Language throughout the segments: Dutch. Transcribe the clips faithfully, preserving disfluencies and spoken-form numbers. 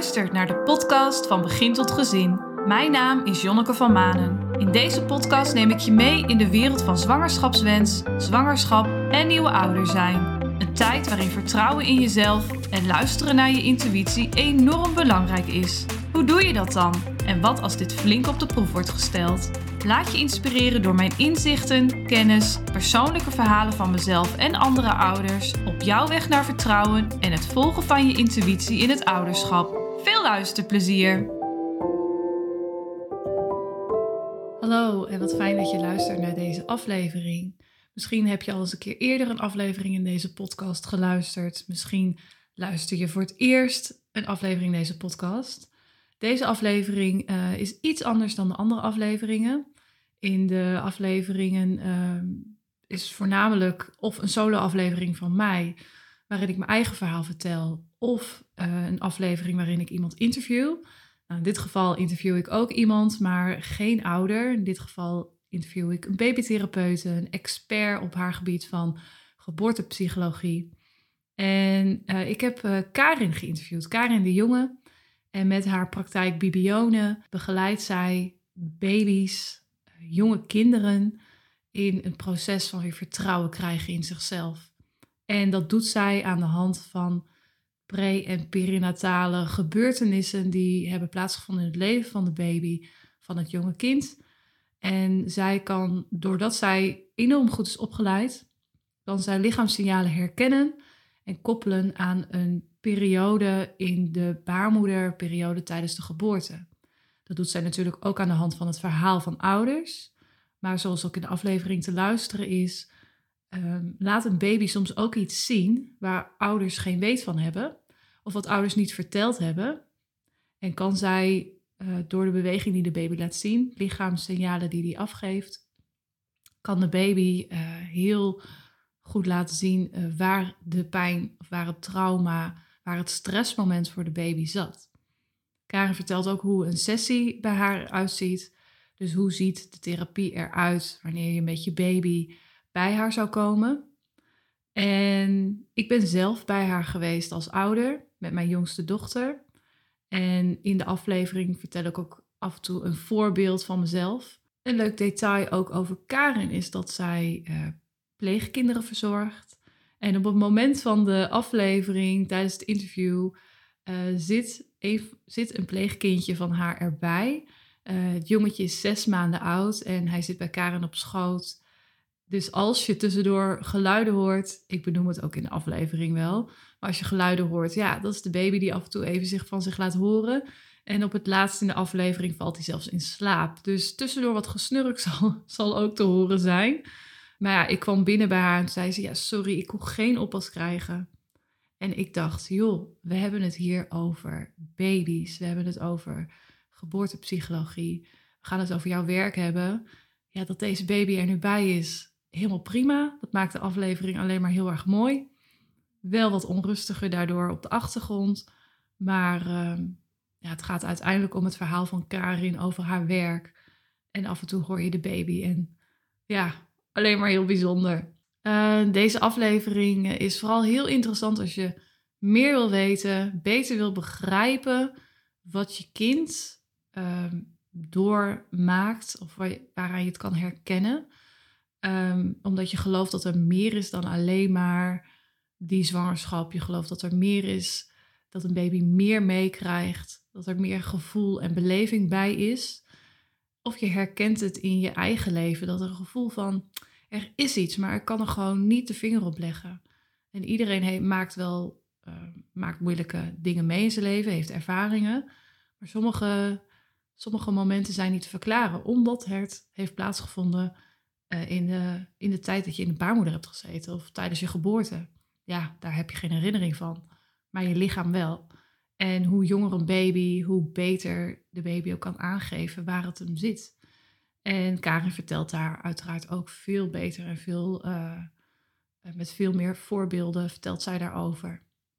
luistert naar de podcast van Begin tot Gezin. Mijn naam is Jonneke van Manen. In deze podcast neem ik je mee in de wereld van zwangerschapswens, zwangerschap en nieuwe ouder zijn. Een tijd waarin vertrouwen in jezelf en luisteren naar je intuïtie enorm belangrijk is. Hoe doe je dat dan? En wat als dit flink op de proef wordt gesteld? Laat je inspireren door mijn inzichten, kennis, persoonlijke verhalen van mezelf en andere ouders op jouw weg naar vertrouwen en het volgen van je intuïtie in het ouderschap. Veel luisterplezier! Hallo en wat fijn dat je luistert naar deze aflevering. Misschien heb je al eens een keer eerder een aflevering in deze podcast geluisterd. Misschien luister je voor het eerst een aflevering in deze podcast. Deze aflevering uh, is iets anders dan de andere afleveringen. In de afleveringen uh, is voornamelijk of een solo-aflevering van mij, waarin ik mijn eigen verhaal vertel, of uh, een aflevering waarin ik iemand interview. Nou, in dit geval interview ik ook iemand, maar geen ouder. In dit geval interview ik een babytherapeute, een expert op haar gebied van geboortepsychologie. En uh, ik heb uh, Karin geïnterviewd, Karin de Jonge. En met haar praktijk Bibione begeleidt zij baby's, jonge kinderen in een proces van weer vertrouwen krijgen in zichzelf. En dat doet zij aan de hand van pre- en perinatale gebeurtenissen die hebben plaatsgevonden in het leven van de baby, van het jonge kind. En zij kan, doordat zij enorm goed is opgeleid, kan zij lichaamssignalen herkennen en koppelen aan een periode in de baarmoeder, periode tijdens de geboorte. Dat doet zij natuurlijk ook aan de hand van het verhaal van ouders. Maar zoals ook in de aflevering te luisteren is, um, laat een baby soms ook iets zien waar ouders geen weet van hebben. Of wat ouders niet verteld hebben. En kan zij uh, door de beweging die de baby laat zien, lichaamssignalen die die afgeeft, kan de baby uh, heel goed laten zien uh, waar de pijn, of waar het trauma, waar het stressmoment voor de baby zat. Karin vertelt ook hoe een sessie bij haar eruit ziet. Dus hoe ziet de therapie eruit wanneer je met je baby bij haar zou komen. En ik ben zelf bij haar geweest als ouder met mijn jongste dochter. En in de aflevering vertel ik ook af en toe een voorbeeld van mezelf. Een leuk detail ook over Karin is dat zij uh, pleegkinderen verzorgt. En op het moment van de aflevering, tijdens het interview, uh, zit, even, zit een pleegkindje van haar erbij. Uh, het jongetje is zes maanden oud en hij zit bij Karin op schoot. Dus als je tussendoor geluiden hoort, ik benoem het ook in de aflevering wel, maar als je geluiden hoort, ja, dat is de baby die af en toe even zich van zich laat horen. En op het laatst in de aflevering valt hij zelfs in slaap. Dus tussendoor wat gesnurk zal, zal ook te horen zijn. Maar ja, ik kwam binnen bij haar en zei ze, ja, sorry, ik kon geen oppas krijgen. En ik dacht, joh, we hebben het hier over baby's. We hebben het over geboortepsychologie. We gaan het over jouw werk hebben. Ja, dat deze baby er nu bij is, helemaal prima. Dat maakt de aflevering alleen maar heel erg mooi. Wel wat onrustiger daardoor op de achtergrond. Maar uh, ja, het gaat uiteindelijk om het verhaal van Karin over haar werk. En af en toe hoor je de baby en ja, alleen maar heel bijzonder. Uh, deze aflevering is vooral heel interessant als je meer wil weten, beter wil begrijpen wat je kind uh, doormaakt of waar je, waaraan je het kan herkennen. Um, omdat je gelooft dat er meer is dan alleen maar die zwangerschap. Je gelooft dat er meer is, dat een baby meer meekrijgt, dat er meer gevoel en beleving bij is. Of je herkent het in je eigen leven, dat er een gevoel van, er is iets, maar ik kan er gewoon niet de vinger op leggen. En iedereen heeft, maakt wel uh, maakt moeilijke dingen mee in zijn leven, heeft ervaringen. Maar sommige, sommige momenten zijn niet te verklaren, omdat het heeft plaatsgevonden uh, in, de, in de tijd dat je in de baarmoeder hebt gezeten of tijdens je geboorte. Ja, daar heb je geen herinnering van, maar je lichaam wel. En hoe jonger een baby, hoe beter de baby ook kan aangeven waar het hem zit. En Karin vertelt daar uiteraard ook veel beter en veel, uh, met veel meer voorbeelden vertelt zij daarover.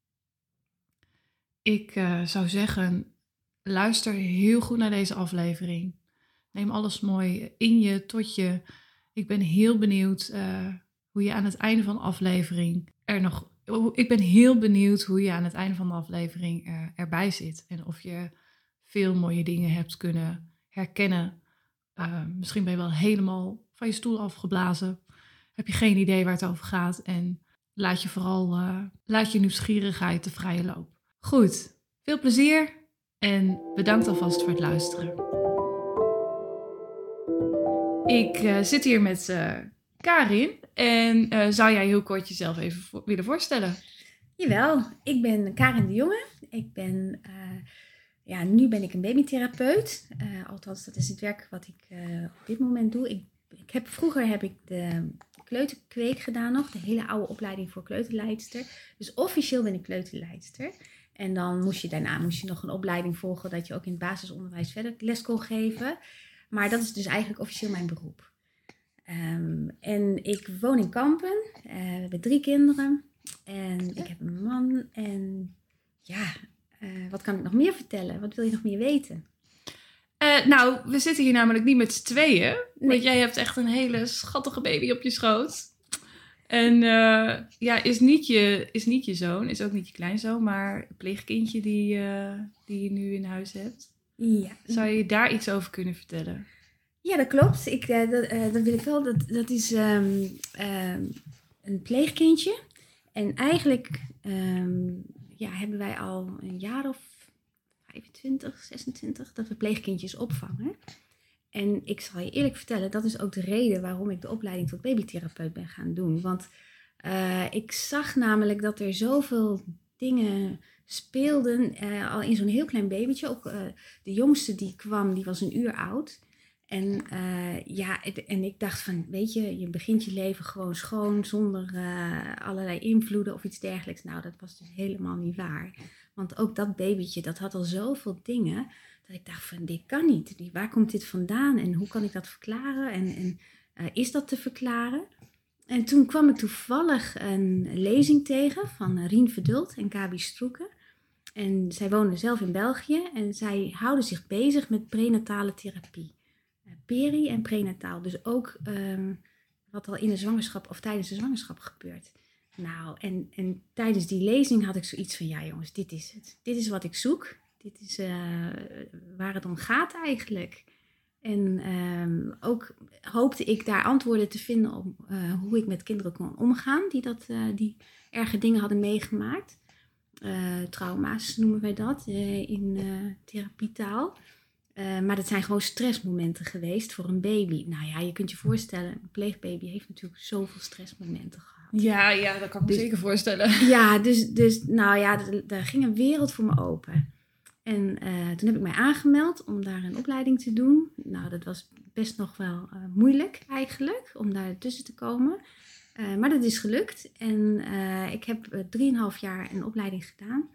Ik uh, zou zeggen, luister heel goed naar deze aflevering. Neem alles mooi in je, tot je. Ik ben heel benieuwd uh, hoe je aan het einde van de aflevering er nog ik ben heel benieuwd hoe je aan het einde van de aflevering er, erbij zit. En of je veel mooie dingen hebt kunnen herkennen. Uh, misschien ben je wel helemaal van je stoel afgeblazen. Heb je geen idee waar het over gaat. En laat je vooral uh, laat je nieuwsgierigheid de vrije loop. Goed, veel plezier en bedankt alvast voor het luisteren. Ik uh, zit hier met uh, Karin. En uh, zou jij heel kort jezelf even voor, willen voorstellen? Jawel, ik ben Karin de Jonge. Ik ben, uh, ja, nu ben ik een babytherapeut. Uh, althans, dat is het werk wat ik uh, op dit moment doe. Ik, ik heb, vroeger heb ik de kleuterkweek gedaan nog. De hele oude opleiding voor kleuterleidster. Dus officieel ben ik kleuterleidster. En dan moest je daarna moest je nog een opleiding volgen dat je ook in het basisonderwijs verder les kon geven. Maar dat is dus eigenlijk officieel mijn beroep. Um, en ik woon in Kampen. Uh, we hebben drie kinderen. En ik heb een man. En ja, uh, wat kan ik nog meer vertellen? Wat wil je nog meer weten? Uh, nou, we zitten hier namelijk niet met z'n tweeën. Nee. Want jij hebt echt een hele schattige baby op je schoot. En uh, ja, is niet, je, is niet je zoon, is ook niet je kleinzoon, maar een pleegkindje die, uh, die je nu in huis hebt. Ja. Zou je daar iets over kunnen vertellen? Ja, dat klopt. Ik, uh, dat, uh, dat wil ik wel. Dat, dat is um, um, een pleegkindje. En eigenlijk um, ja, hebben wij al een jaar of vijfentwintig, zesentwintig dat we pleegkindjes opvangen. En ik zal je eerlijk vertellen, dat is ook de reden waarom ik de opleiding tot babytherapeut ben gaan doen. Want uh, ik zag namelijk dat er zoveel dingen speelden, uh, al in zo'n heel klein babytje. Ook uh, de jongste die kwam, die was een uur oud. En uh, ja, en ik dacht van, weet je, je begint je leven gewoon schoon, zonder uh, allerlei invloeden of iets dergelijks. Nou, dat was dus helemaal niet waar. Want ook dat babytje, dat had al zoveel dingen, dat ik dacht van, dit kan niet. Waar komt dit vandaan en hoe kan ik dat verklaren en, en uh, is dat te verklaren? En toen kwam ik toevallig een lezing tegen van Rien Verdult en Gabi Stroeken. En zij wonen zelf in België en zij houden zich bezig met prenatale therapie. Peri- en prenataal. Dus ook um, wat al in de zwangerschap of tijdens de zwangerschap gebeurt. Nou, en, en tijdens die lezing had ik zoiets van, ja jongens, dit is het. Dit is wat ik zoek. Dit is uh, waar het om gaat eigenlijk. En um, ook hoopte ik daar antwoorden te vinden op uh, hoe ik met kinderen kon omgaan. Die, dat, uh, die erge dingen hadden meegemaakt. Uh, trauma's noemen wij dat uh, in uh, therapietaal. Uh, maar dat zijn gewoon stressmomenten geweest voor een baby. Nou ja, je kunt je voorstellen, een pleegbaby heeft natuurlijk zoveel stressmomenten gehad. Ja, ja, dat kan ik me dus, zeker voorstellen. Ja, dus, dus nou ja, daar ging een wereld voor me open. En uh, toen heb ik mij aangemeld om daar een opleiding te doen. Nou, dat was best nog wel uh, moeilijk eigenlijk, om daar tussen te komen. Uh, maar dat is gelukt. En uh, ik heb uh, drieënhalf jaar een opleiding gedaan.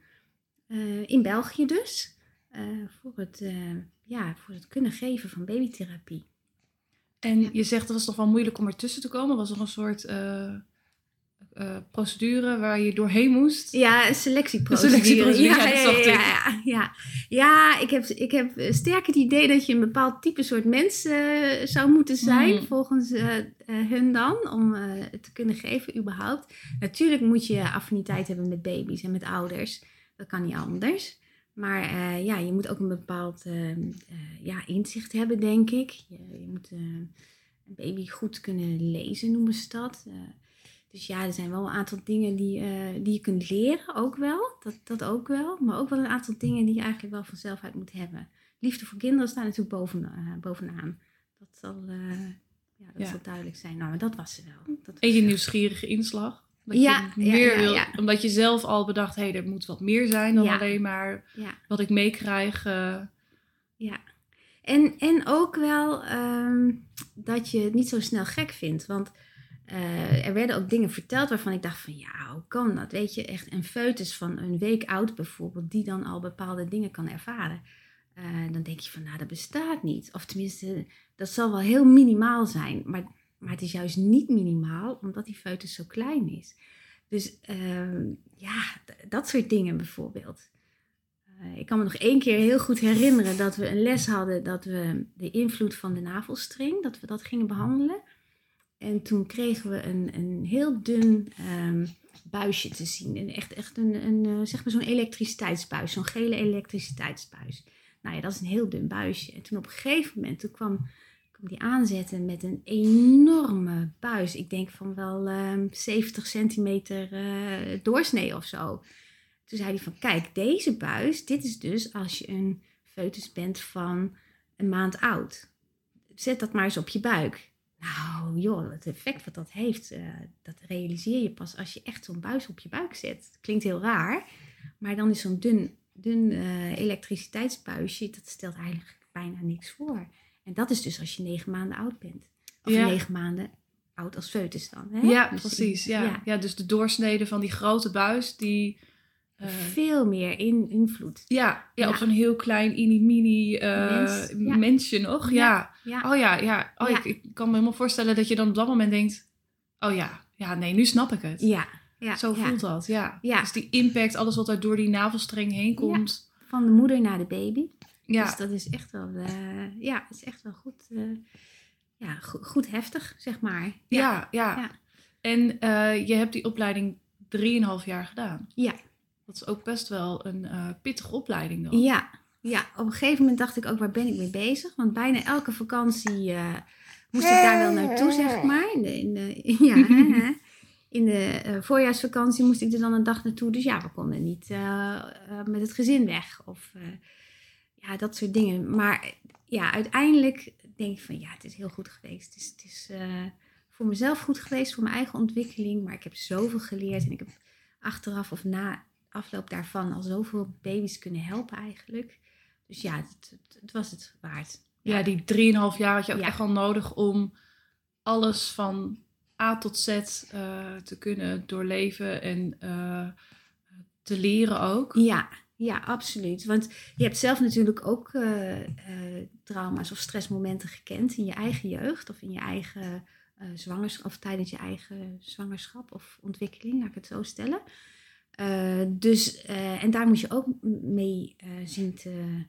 Uh, in België dus. Uh, voor, het, uh, ja, voor het kunnen geven van babytherapie. En je zegt dat was toch wel moeilijk om ertussen te komen? Was er een soort uh, uh, procedure waar je doorheen moest? Ja, een selectieprocedure. Een selectieprocedure, ja, ja, dat ja, dacht ja, ik. Ja, ja. ja ik, heb, ik heb sterk het idee dat je een bepaald type soort mens uh, zou moeten zijn, mm. volgens uh, uh, hun dan, om uh, het te kunnen geven überhaupt. Natuurlijk moet je affiniteit hebben met baby's en met ouders. Dat kan niet anders. Maar uh, ja, je moet ook een bepaald uh, uh, ja, inzicht hebben, denk ik. Je, je moet uh, een baby goed kunnen lezen, noemen ze dat. Uh, dus ja, er zijn wel een aantal dingen die, uh, die je kunt leren, ook wel. Dat, dat ook wel. Maar ook wel een aantal dingen die je eigenlijk wel vanzelf uit moet hebben. Liefde voor kinderen staat natuurlijk boven, uh, bovenaan. Dat zal, uh, ja, dat ja. zal duidelijk zijn. Nou, maar dat was ze wel. Dat en je wel. nieuwsgierige inslag. Dat ja, je meer ja, ja, wil, ja. Omdat je zelf al bedacht, hé, hey, er moet wat meer zijn dan ja. alleen maar ja. wat ik meekrijg. Uh... Ja, en, en ook wel um, dat je het niet zo snel gek vindt. Want uh, er werden ook dingen verteld waarvan ik dacht van, ja, hoe kan dat? Weet je, echt een foetus van een week oud bijvoorbeeld, die dan al bepaalde dingen kan ervaren. Uh, dan denk je van, nou, dat bestaat niet. Of tenminste, dat zal wel heel minimaal zijn. Maar, maar het is juist niet minimaal, omdat die foetus zo klein is. Dus uh, ja, d- dat soort dingen bijvoorbeeld. Uh, ik kan me nog één keer heel goed herinneren dat we een les hadden, dat we de invloed van de navelstreng, dat we dat gingen behandelen. En toen kregen we een, een heel dun um, buisje te zien. En echt, echt een, een, uh, zeg maar zo'n elektriciteitsbuis. Zo'n gele elektriciteitsbuis. Nou ja, dat is een heel dun buisje. En toen op een gegeven moment, toen kwam, kwam die aanzetten met een enorme buis. Ik denk van wel um, zeventig centimeter uh, doorsnee of zo. Toen zei hij van, kijk, deze buis, dit is dus als je een foetus bent van een maand oud. Zet dat maar eens op je buik. Nou joh, het effect wat dat heeft, uh, dat realiseer je pas als je echt zo'n buis op je buik zet. Klinkt heel raar, maar dan is zo'n dun, dun uh, elektriciteitsbuisje, dat stelt eigenlijk bijna niks voor. En dat is dus als je negen maanden oud bent. Of ja. negen maanden oud als foetus dan. Hè? Ja, dus precies. Ja. Ja. ja, dus de doorsnede van die grote buis, die... Uh, Veel meer in, invloed. Ja, ja, ja, op zo'n heel klein mini-mini uh, Mens, ja. mensje nog. Ja. Ja. ja. Oh ja, ja. Oh, ja. Ik, ik kan me helemaal voorstellen dat je dan op dat moment denkt... Oh ja, ja nee, nu snap ik het. Ja. ja. Zo ja. voelt dat, ja. ja. Dus die impact, alles wat er door die navelstreng heen komt. Ja. Van de moeder naar de baby. Ja. Dus dat is echt wel, uh, ja, is echt wel goed, uh, ja, goed, goed heftig, zeg maar. Ja, ja. ja. ja. En uh, je hebt die opleiding drieënhalf jaar gedaan. Ja. Dat is ook best wel een uh, pittige opleiding dan. Ja, ja, op een gegeven moment dacht ik ook, waar ben ik mee bezig? Want bijna elke vakantie uh, moest ik daar wel naartoe, zeg maar. In de, in de, ja, hè, in de uh, voorjaarsvakantie moest ik er dan een dag naartoe. Dus ja, we konden niet uh, uh, met het gezin weg. Of uh, ja, dat soort dingen. Maar ja, uiteindelijk denk ik van, ja, het is heel goed geweest. Het is, het is uh, voor mezelf goed geweest, voor mijn eigen ontwikkeling. Maar ik heb zoveel geleerd en ik heb achteraf of na... afloop daarvan al zoveel baby's kunnen helpen eigenlijk. Dus ja, het, het, het was het waard. Ja, ja die drieënhalf jaar had je ook ja. echt wel nodig om alles van A tot Z uh, te kunnen doorleven en uh, te leren ook. Ja, ja, absoluut. Want je hebt zelf natuurlijk ook uh, uh, trauma's of stressmomenten gekend in je eigen jeugd of in je eigen uh, zwangerschap of tijdens je eigen zwangerschap of ontwikkeling, laat ik het zo stellen. Uh, dus, uh, en daar moet je ook mee uh, zien te,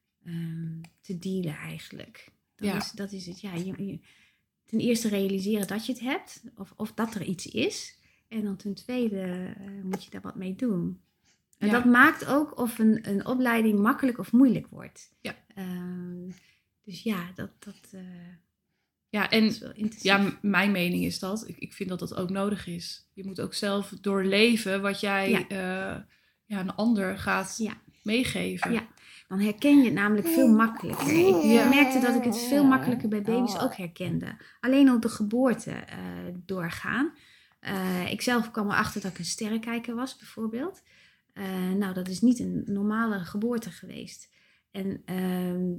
um, te dealen eigenlijk. Dat, ja. is, dat is het, ja. Je, je, ten eerste realiseren dat je het hebt, of, of dat er iets is. En dan ten tweede uh, moet je daar wat mee doen. En ja. dat maakt ook of een, een opleiding makkelijk of moeilijk wordt. Ja. Uh, dus ja, dat... dat uh, Ja, en ja, mijn mening is dat. Ik, ik vind dat dat ook nodig is. Je moet ook zelf doorleven wat jij ja. Uh, ja, een ander gaat ja. meegeven. Ja, dan herken je het namelijk veel makkelijker. Ik ja. merkte dat ik het veel makkelijker bij baby's ook herkende. Alleen op de geboorte uh, doorgaan. Uh, ik zelf kwam erachter dat ik een sterrenkijker was, bijvoorbeeld. Uh, nou, dat is niet een normale geboorte geweest. En... Uh,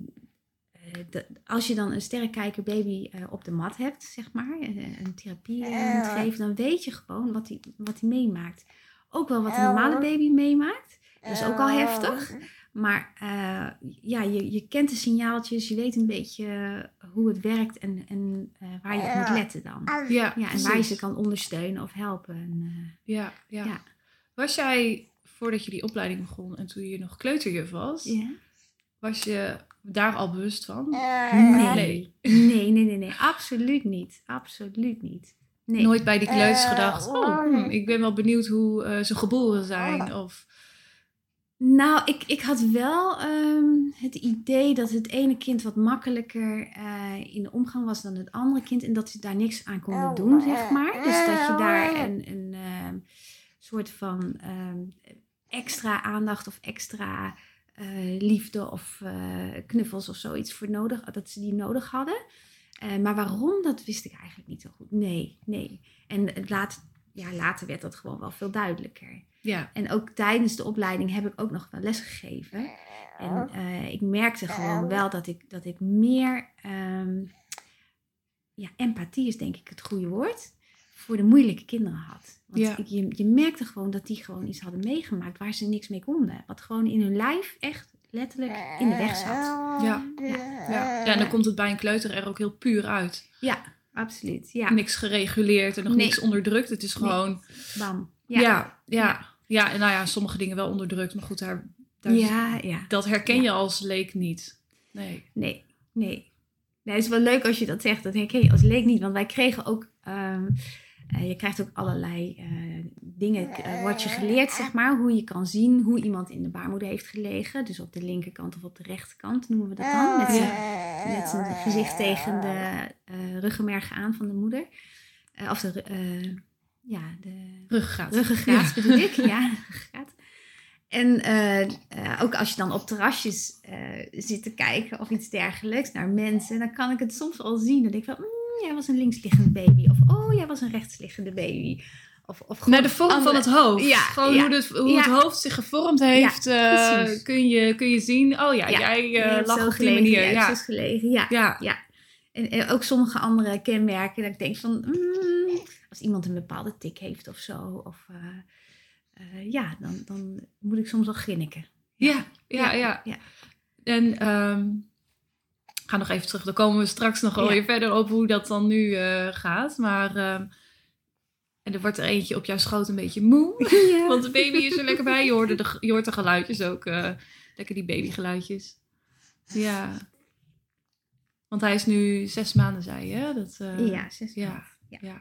De, als je dan een sterrenkijkerbaby uh, op de mat hebt, zeg maar, uh, een therapie uh, moet geven, dan weet je gewoon wat hij wat hij meemaakt. Ook wel wat een normale baby meemaakt. Dat is ook al heftig. Maar uh, ja, je, je kent de signaaltjes, je weet een beetje uh, hoe het werkt en, en uh, waar je op moet letten dan. Ja, ja, en waar je ze kan ondersteunen of helpen. En, uh, ja, ja. ja. Was jij, voordat je die opleiding begon en toen je nog kleuterjuf was, ja. was je daar al bewust van? Uh, nee. nee, nee, nee, nee, absoluut niet. Absoluut niet. Nee. Nooit bij die kleuters gedacht, oh, hmm, ik ben wel benieuwd hoe uh, ze geboren zijn. Of... Nou, ik, ik had wel um, het idee dat het ene kind wat makkelijker uh, in de omgang was dan het andere kind. En dat ze daar niks aan konden doen, zeg maar. Dus dat je daar een, een um, soort van um, extra aandacht of extra... Uh, liefde of uh, knuffels of zoiets voor nodig, dat ze die nodig hadden. Uh, maar waarom, dat wist ik eigenlijk niet zo goed. Nee, nee. En later, ja, later werd dat gewoon wel veel duidelijker. Ja. En ook tijdens de opleiding heb ik ook nog wel les gegeven. En uh, ik merkte gewoon wel dat ik, dat ik meer... Um, ja, empathie is denk ik het goede woord. Voor de moeilijke kinderen had. Want ja. ik, je, je merkte gewoon dat die gewoon iets hadden meegemaakt waar ze niks mee konden. Wat gewoon in hun lijf echt letterlijk in de weg zat. Ja, ja. ja. ja en dan komt het bij een kleuter er ook heel puur uit. Ja, absoluut. Ja. Niks gereguleerd en nog nee. niks onderdrukt. Het is gewoon... Nee. Bam. Ja. Ja, ja, ja. ja, en nou ja, sommige dingen wel onderdrukt. Maar goed, daar, daar ja, ja. dat herken ja. je als leek niet. Nee. Nee, nee. Nee, het is wel leuk als je dat zegt. Dat herken je als leek niet. Want wij kregen ook... Um, uh, je krijgt ook allerlei uh, dingen... Uh, wordt je geleerd, zeg maar. Hoe je kan zien hoe iemand in de baarmoeder heeft gelegen. Dus op de linkerkant of op de rechterkant noemen we dat dan. Met zijn, met zijn gezicht tegen de uh, ruggenmerg aan van de moeder. Uh, of de... Uh, ja, de... Ruggengraat. Ruggengraat ja. bedoel ik. Ja, ruggengraat. En uh, uh, ook als je dan op terrasjes uh, zit te kijken of iets dergelijks naar mensen, dan kan ik het soms al zien. Dan denk ik van, mm, jij was een linksliggende baby. Of, oh, jij was een rechtsliggende baby. Of, of gewoon naar de vorm andere... van het hoofd. Ja, gewoon ja, hoe, het, hoe ja. het hoofd zich gevormd heeft, ja, uh, kun, je, kun je zien. Oh ja, ja jij uh, lag op gelegen, die manier. Ja, ja. gelegen. Ja, ja. ja. En, en ook sommige andere kenmerken. Dat ik denk van, mm, als iemand een bepaalde tik heeft of zo. Of... Uh, Uh, ja, dan, dan moet ik soms wel grinniken. Ja, ja, ja. ja. ja. En um, ga nog even terug. Dan komen we straks nog wel ja. weer verder op hoe dat dan nu uh, gaat. Maar um, en er wordt er eentje op jouw schoot een beetje moe. Ja. Want de baby is er lekker bij. Je hoort de, je hoort de geluidjes ook. Uh, lekker die babygeluidjes. Ja. Want hij is nu zes maanden, zei je. Dat, uh, ja, zes maanden. Ja, ja.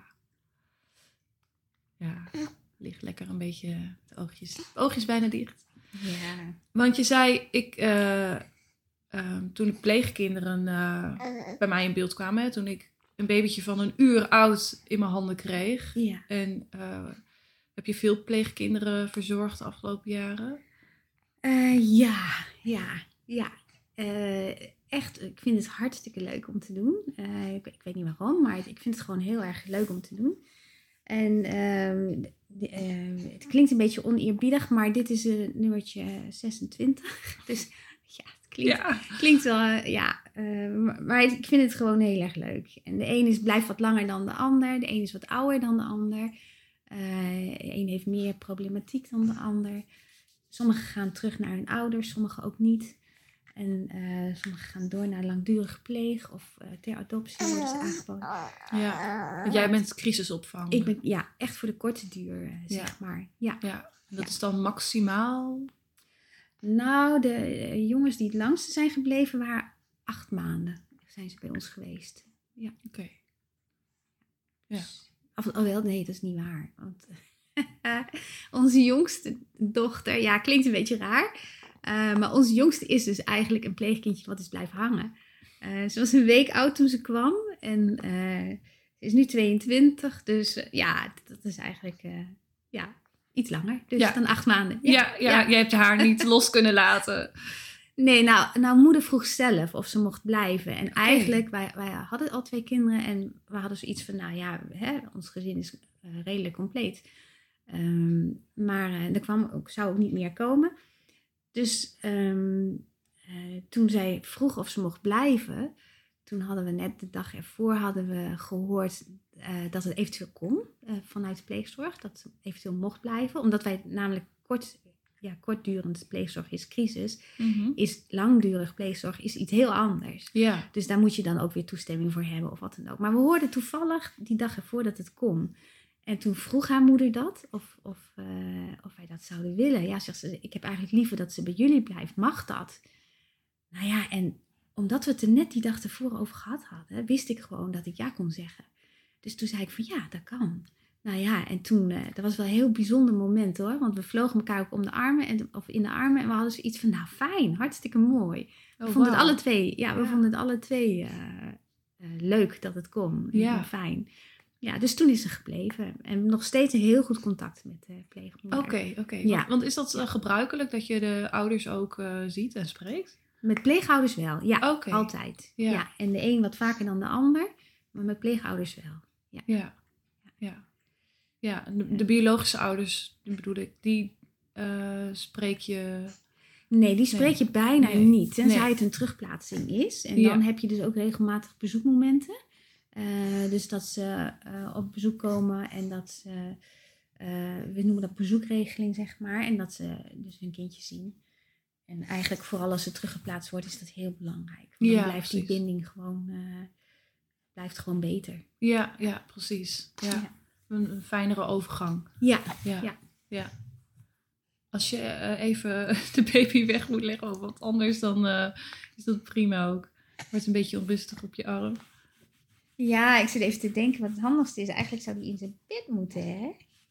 ja. ja. Ligt lekker een beetje de oogjes, de oogjes bijna dicht. Ja. Want je zei, ik, uh, uh, toen de pleegkinderen uh, bij mij in beeld kwamen, hè, toen ik een babytje van een uur oud in mijn handen kreeg. Ja. En uh, heb je veel pleegkinderen verzorgd de afgelopen jaren? Uh, ja, ja, ja. Uh, echt, ik vind het hartstikke leuk om te doen. Uh, ik, ik weet niet waarom, maar ik vind het gewoon heel erg leuk om te doen. En um, de, uh, het klinkt een beetje oneerbiedig, maar dit is uh, nummertje zesentwintig. Dus ja, het klinkt, ja. klinkt wel, uh, ja. Uh, maar, maar ik vind het gewoon heel erg leuk. En de een is, blijft wat langer dan de ander. De een is wat ouder dan de ander. Uh, de een heeft meer problematiek dan de ander. Sommigen gaan terug naar hun ouders, sommigen ook niet. En uh, sommigen gaan door naar langdurige pleeg of uh, ter adoptie worden ze aangeboden. Ja, want jij bent crisisopvang. Ik ben ja, echt voor de korte duur, uh, zeg ja. maar. Ja, ja. En dat ja. is dan maximaal? Nou, de uh, jongens die het langste zijn gebleven waren acht maanden. Zijn ze bij ons geweest. Ja. Oké. Okay. Ja. Of, oh wel, nee, dat is niet waar. Want onze jongste dochter, ja, klinkt een beetje raar. Uh, maar onze jongste is dus eigenlijk een pleegkindje wat is blijven hangen. Uh, ze was een week oud toen ze kwam. En uh, ze is nu tweeëntwintig. Dus uh, ja, dat is eigenlijk uh, ja, iets langer. Dus ja. dan acht maanden. Ja, ja, ja, ja. Je hebt haar niet los kunnen laten. Nee, nou, nou, moeder vroeg zelf of ze mocht blijven. En okay. eigenlijk, wij, wij hadden al twee kinderen. En we hadden zoiets van, nou ja, hè, ons gezin is uh, redelijk compleet. Um, maar uh, er kwam ook, zou ook niet meer komen. Dus um, uh, toen zij vroeg of ze mocht blijven, toen hadden we net de dag ervoor hadden we gehoord uh, dat het eventueel kon uh, vanuit de pleegzorg. Dat ze eventueel mocht blijven. Omdat wij namelijk kort, ja, kortdurend pleegzorg is crisis. Mm-hmm. Is langdurig pleegzorg is iets heel anders. Ja. Dus daar moet je dan ook weer toestemming voor hebben of wat dan ook. Maar we hoorden toevallig die dag ervoor dat het kon. En toen vroeg haar moeder dat, of, of, uh, of wij dat zouden willen. Ja, zegt ze, ik heb eigenlijk liever dat ze bij jullie blijft. Mag dat? Nou ja, en omdat we het er net die dag ervoor over gehad hadden, wist ik gewoon dat ik ja kon zeggen. Dus toen zei ik van ja, dat kan. Nou ja, en toen, uh, dat was wel een heel bijzonder moment hoor. Want we vlogen elkaar ook om de armen, en, of in de armen. En we hadden zoiets van, nou fijn, hartstikke mooi. We oh, vonden wow. het alle twee, ja, we ja. vonden het alle twee uh, uh, leuk dat het kon. Ja. En fijn. Ja, dus toen is ze gebleven. En nog steeds een heel goed contact met de pleegmoeder. Oké, okay, oké. Okay. Ja. Want is dat uh, gebruikelijk dat je de ouders ook uh, ziet en spreekt? Met pleegouders wel, ja. Okay. Altijd. Ja. ja. En de een wat vaker dan de ander. Maar met pleegouders wel. Ja. Ja. Ja. ja. De, de biologische ouders, bedoel ik, die uh, spreek je... Nee, die spreek je nee. bijna nee. niet. Tenzij nee. het een terugplaatsing is. En ja. dan heb je dus ook regelmatig bezoekmomenten. Uh, dus dat ze uh, op bezoek komen en dat ze, uh, we noemen dat bezoekregeling zeg maar, en dat ze dus hun kindje zien. En eigenlijk vooral als ze teruggeplaatst wordt is dat heel belangrijk. Want ja, dan blijft precies. die binding gewoon, uh, blijft gewoon beter. Ja, ja precies. Ja. Ja. Een, een fijnere overgang. Ja. Ja. ja. ja. Als je uh, even de baby weg moet leggen of wat anders, dan uh, is dat prima ook. wordt een beetje onrustig op je arm. Ja, ik zit even te denken wat het handigste is. Eigenlijk zou die in zijn bed moeten, hè?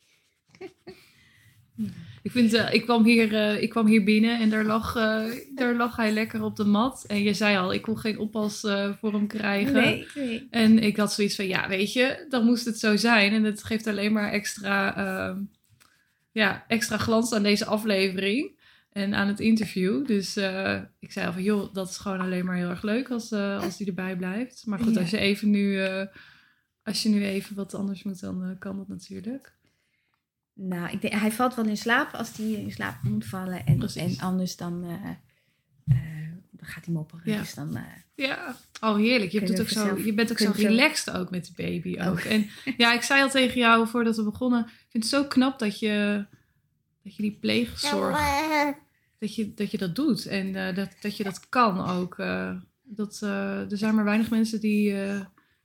Ik, vind, uh, ik, kwam hier, uh, ik kwam hier binnen en daar lag, uh, daar lag hij lekker op de mat. En je zei al, ik kon geen oppas uh, voor hem krijgen. Nee, nee. En ik had zoiets van, ja, weet je, dan moest het zo zijn. En het geeft alleen maar extra, uh, ja, extra glans aan deze aflevering en aan het interview. Dus uh, ik zei al van, joh, dat is gewoon alleen maar heel erg leuk als, uh, als die erbij blijft. Maar goed, ja. als je even nu, uh, als je nu even wat anders moet, dan uh, kan dat natuurlijk. Nou, ik denk, hij valt wel in slaap als hij in slaap moet vallen. En, en anders dan, uh, uh, dan gaat hij mopperen. Ja. Dus dan, uh, ja, oh heerlijk. Je, hebt het ook zo, je bent ook zo relaxed zo... ook met de baby. Ook. Oh. En ja, ik zei al tegen jou voordat we begonnen. Ik vind het zo knap dat je, dat je die pleegzorg, dat je, dat je dat doet. En uh, dat, dat je dat kan ook. Uh, dat, uh, er zijn maar weinig mensen die, uh,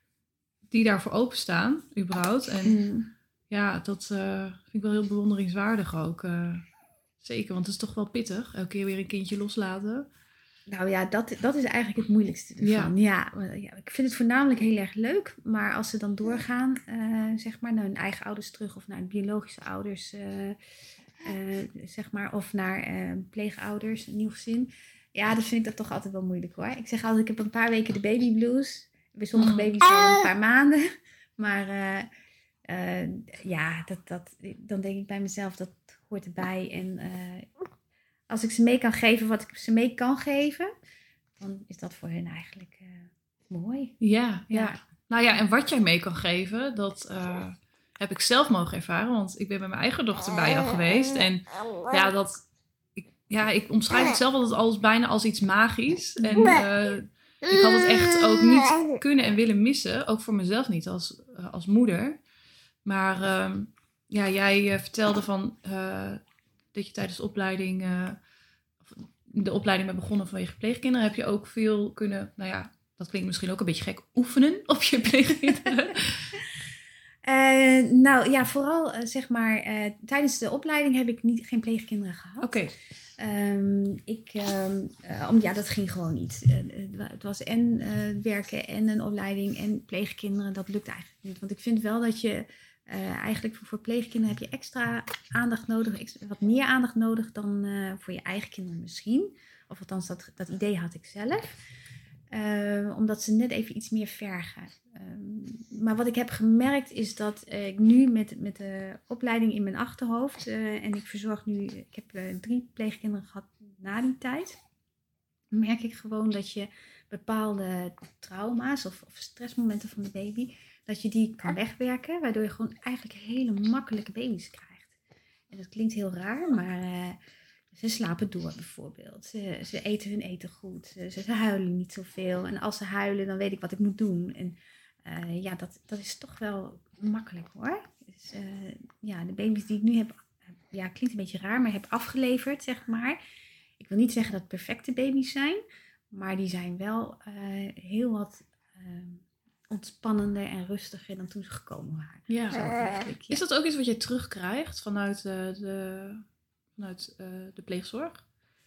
die daarvoor openstaan, überhaupt. En mm. ja, dat uh, vind ik wel heel bewonderingswaardig ook. Uh, zeker, want het is toch wel pittig. Elke keer weer een kindje loslaten. Nou ja, dat, dat is eigenlijk het moeilijkste ervan. Ja. Ja, ja, ik vind het voornamelijk heel erg leuk. Maar als ze dan doorgaan, uh, zeg maar, naar hun eigen ouders terug... of naar biologische ouders, uh, uh, zeg maar... of naar uh, pleegouders, een nieuw gezin... ja, dan vind ik dat toch altijd wel moeilijk, hoor. Ik zeg altijd, ik heb een paar weken de baby blues. Bij sommige baby's al een paar maanden. Maar... Uh, Uh, ja, dat, dat, dan denk ik bij mezelf, dat hoort erbij. En uh, als ik ze mee kan geven wat ik ze mee kan geven, dan is dat voor hen eigenlijk uh, mooi. Ja, ja, ja. Nou ja, en wat jij mee kan geven, dat uh, heb ik zelf mogen ervaren. Want ik ben met mijn eigen dochter bij jou geweest. En ja, dat, ik, ja, ik omschrijf het zelf altijd als bijna als iets magisch. En uh, ik had het echt ook niet kunnen en willen missen. Ook voor mezelf niet, als, uh, als moeder. Maar uh, ja, jij uh, vertelde van uh, dat je tijdens de opleiding, uh, de opleiding bent begonnen vanwege pleegkinderen. Heb je ook veel kunnen, nou ja, dat klinkt misschien ook een beetje gek, oefenen op je pleegkinderen? uh, nou ja, vooral uh, zeg maar uh, tijdens de opleiding heb ik niet, geen pleegkinderen gehad. Oké. Okay. Um, ik, um, uh, om, ja, dat ging gewoon niet. Uh, het was en uh, werken en een opleiding en pleegkinderen. Dat lukt eigenlijk niet. Want ik vind wel dat je uh, eigenlijk voor, voor pleegkinderen heb je extra aandacht nodig. Extra, wat meer aandacht nodig dan uh, voor je eigen kinderen misschien. Of althans, dat, dat idee had ik zelf. Uh, omdat ze net even iets meer vergen. Um, maar wat ik heb gemerkt is dat uh, ik nu met, met de opleiding in mijn achterhoofd... Uh, en ik verzorg nu... Ik heb uh, drie pleegkinderen gehad na die tijd. Merk ik gewoon dat je bepaalde trauma's of, of stressmomenten van de baby... dat je die kan wegwerken. Waardoor je gewoon eigenlijk hele makkelijke baby's krijgt. En dat klinkt heel raar, maar... Uh, Ze slapen door bijvoorbeeld. Ze, ze eten hun eten goed. Ze, ze huilen niet zoveel. En als ze huilen, dan weet ik wat ik moet doen. En uh, ja, dat, dat is toch wel makkelijk, hoor. Dus uh, ja, de baby's die ik nu heb... Ja, klinkt een beetje raar, maar heb afgeleverd, zeg maar. Ik wil niet zeggen dat het perfecte baby's zijn. Maar die zijn wel uh, heel wat uh, ontspannender en rustiger dan toen ze gekomen waren. Ja. Zo, ja. Is dat ook iets wat je terugkrijgt vanuit uh, de... vanuit uh, de pleegzorg?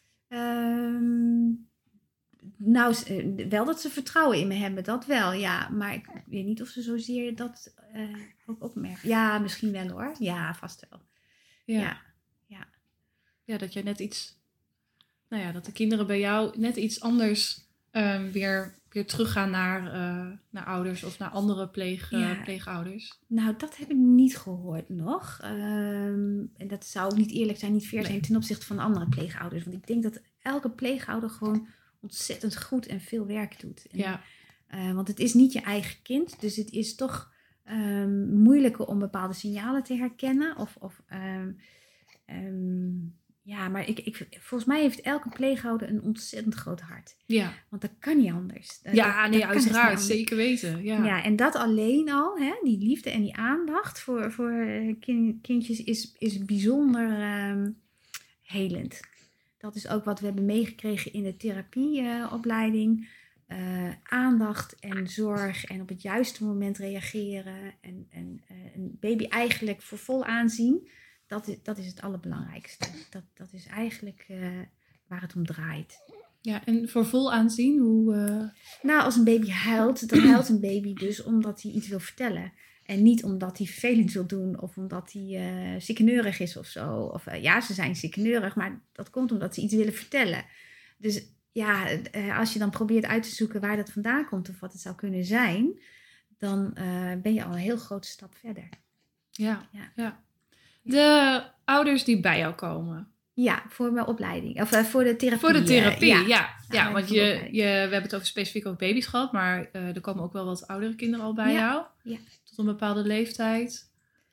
Um, nou, wel dat ze vertrouwen in me hebben, dat wel, ja. Maar ik weet niet of ze zozeer dat uh, ook opmerken. Ja, misschien wel, hoor. Ja, vast wel. Ja. Ja, ja. Ja, dat jij net iets... Nou ja, dat de kinderen bij jou net iets anders um, weer, weer teruggaan naar, uh, naar ouders of naar andere pleeg, ja. uh, pleegouders. Nou, dat heb ik niet gehoord nog. Um, en dat zou niet eerlijk zijn, niet fair nee. zijn ten opzichte van andere pleegouders. Want ik denk dat elke pleegouder gewoon ontzettend goed en veel werk doet. En, ja. uh, want het is niet je eigen kind, dus het is toch um, moeilijker om bepaalde signalen te herkennen. Of, of um, um, ja, maar ik, ik, volgens mij heeft elke pleeghouder een ontzettend groot hart. Ja. Want dat kan niet anders. Dat, ja, dat, nee, dat uiteraard. Zeker weten. Ja. ja, en dat alleen al, hè, die liefde en die aandacht voor, voor kind, kindjes is, is bijzonder um, helend. Dat is ook wat we hebben meegekregen in de therapieopleiding. Uh, aandacht en zorg en op het juiste moment reageren. En, en uh, een baby eigenlijk voor vol aanzien. Dat is, dat is het allerbelangrijkste. Dat, dat is eigenlijk uh, waar het om draait. Ja, en voor vol aanzien, hoe... Uh... Nou, als een baby huilt, dan huilt een baby dus omdat hij iets wil vertellen. En niet omdat hij vervelend wil doen of omdat hij uh, ziekeneurig is of zo. Of uh, ja, ze zijn ziekeneurig, maar dat komt omdat ze iets willen vertellen. Dus ja, uh, als je dan probeert uit te zoeken waar dat vandaan komt of wat het zou kunnen zijn, dan uh, ben je al een heel grote stap verder. Ja, ja. ja. De ouders die bij jou komen. Ja, voor mijn opleiding. Of uh, voor de therapie. Voor de therapie, ja. Ja, ja, ja want je, je, we hebben het over specifiek over baby's gehad, maar uh, er komen ook wel wat oudere kinderen al bij ja. jou. Ja. Tot een bepaalde leeftijd.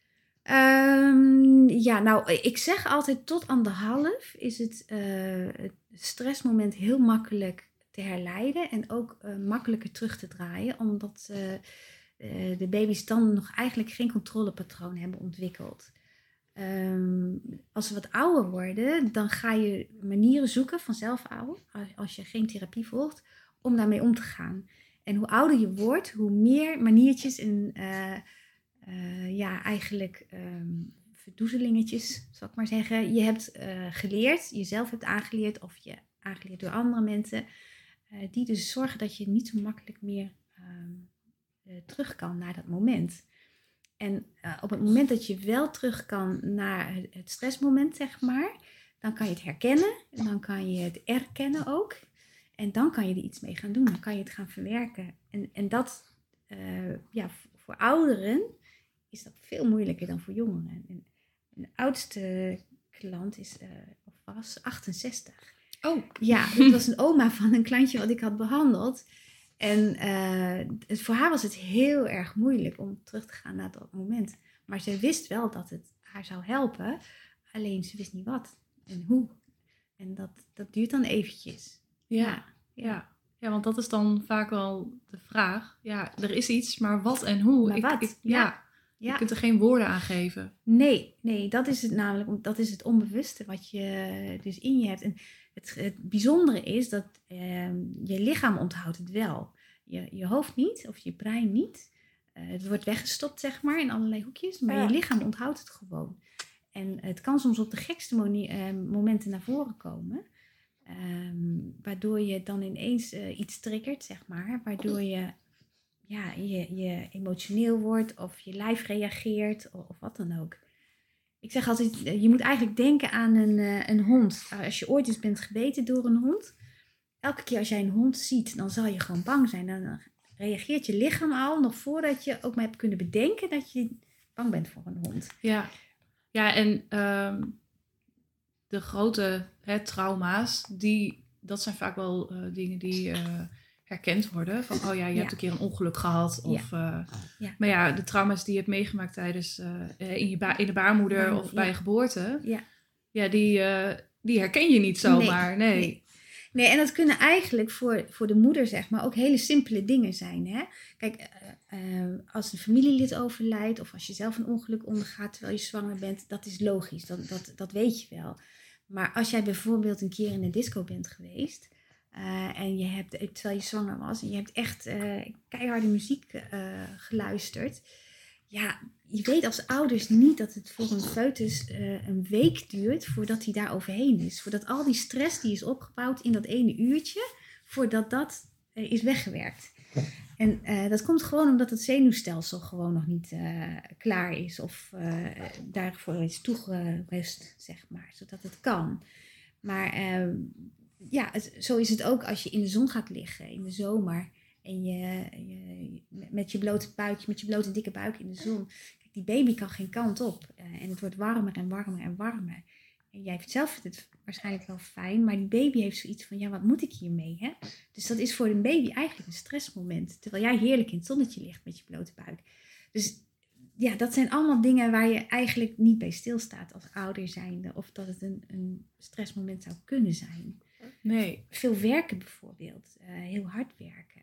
Um, ja, nou, ik zeg altijd tot anderhalf is het, uh, het stressmoment heel makkelijk te herleiden en ook uh, makkelijker terug te draaien, omdat uh, uh, de baby's dan nog eigenlijk geen controlepatroon hebben ontwikkeld. Um, als ze wat ouder worden, dan ga je manieren zoeken, vanzelf ouder, als je geen therapie volgt, om daarmee om te gaan. En hoe ouder je wordt, hoe meer maniertjes en uh, uh, ja, eigenlijk um, verdoezelingetjes, zal ik maar zeggen, je hebt uh, geleerd, jezelf hebt aangeleerd of je aangeleerd door andere mensen, uh, die dus zorgen dat je niet zo makkelijk meer um, uh, terug kan naar dat moment. En uh, op het moment dat je wel terug kan naar het stressmoment, zeg maar, dan kan je het herkennen. En dan kan je het erkennen ook. En dan kan je er iets mee gaan doen. Dan kan je het gaan verwerken. En, en dat, uh, ja, voor ouderen is dat veel moeilijker dan voor jongeren. En de oudste klant is, uh, of was achtenzestig. Oh. Ja, dat was een oma van een klantje wat ik had behandeld. En uh, het, voor haar was het heel erg moeilijk om terug te gaan naar dat moment. Maar ze wist wel dat het haar zou helpen. Alleen ze wist niet wat en hoe. En dat, dat duurt dan eventjes. Ja, ja. ja. ja, want dat is dan vaak wel de vraag. Ja, er is iets, maar wat en hoe? Maar ik, wat? Ik, ja. ja. Je kunt er geen woorden aan geven. Nee, nee, dat is het namelijk. Dat is het onbewuste wat je dus in je hebt. En het, het bijzondere is dat uh, je lichaam onthoudt het wel. Je, je hoofd niet, of je brein niet. Uh, het wordt weggestopt, zeg maar, in allerlei hoekjes. Maar ja. Je lichaam onthoudt het gewoon. En het kan soms op de gekste moni- uh, momenten naar voren komen. Um, waardoor je dan ineens uh, iets triggert, zeg maar. Waardoor je, ja, je, je emotioneel wordt of je lijf reageert of, of wat dan ook. Ik zeg altijd, je moet eigenlijk denken aan een, uh, een hond. Als je ooit eens bent gebeten door een hond, elke keer als jij een hond ziet, dan zal je gewoon bang zijn. Dan reageert je lichaam al, nog voordat je ook maar hebt kunnen bedenken dat je bang bent voor een hond. Ja, ja en um, de grote hè, trauma's, die, dat zijn vaak wel uh, dingen die uh, herkend worden. Van, oh ja, je ja. hebt een keer een ongeluk gehad. Of, ja. Uh, ja. Maar ja, de trauma's die je hebt meegemaakt tijdens uh, in, je ba- in de baarmoeder ja, of bij ja. je geboorte, ja, ja die, uh, die herken je niet zomaar. Nee. nee. nee. Nee, en dat kunnen eigenlijk voor, voor de moeder, zeg maar, ook hele simpele dingen zijn. Hè? Kijk, uh, uh, als een familielid overlijdt of als je zelf een ongeluk ondergaat terwijl je zwanger bent, dat is logisch, dat, dat, dat weet je wel. Maar als jij bijvoorbeeld een keer in een disco bent geweest uh, en je hebt, terwijl je zwanger was, en je hebt echt uh, keiharde muziek uh, geluisterd, ja, je weet als ouders niet dat het voor een foetus uh, een week duurt voordat hij daar overheen is. Voordat al die stress die is opgebouwd in dat ene uurtje, voordat dat uh, is weggewerkt. En uh, dat komt gewoon omdat het zenuwstelsel gewoon nog niet uh, klaar is of uh, daarvoor is toegerust, zeg maar, zodat het kan. Maar uh, ja, het, zo is het ook als je in de zon gaat liggen in de zomer en je, je met je blote buikje, met je blote dikke buik in de zon. Kijk, die baby kan geen kant op uh, en het wordt warmer en warmer en warmer. En jij zelf vindt het waarschijnlijk wel fijn, maar die baby heeft zoiets van, ja, wat moet ik hiermee, hè? Dus dat is voor een baby eigenlijk een stressmoment, terwijl jij heerlijk in het zonnetje ligt met je blote buik. Dus ja, dat zijn allemaal dingen waar je eigenlijk niet bij stilstaat als ouder zijnde, of dat het een, een stressmoment zou kunnen zijn. Nee. Veel werken bijvoorbeeld, uh, heel hard werken.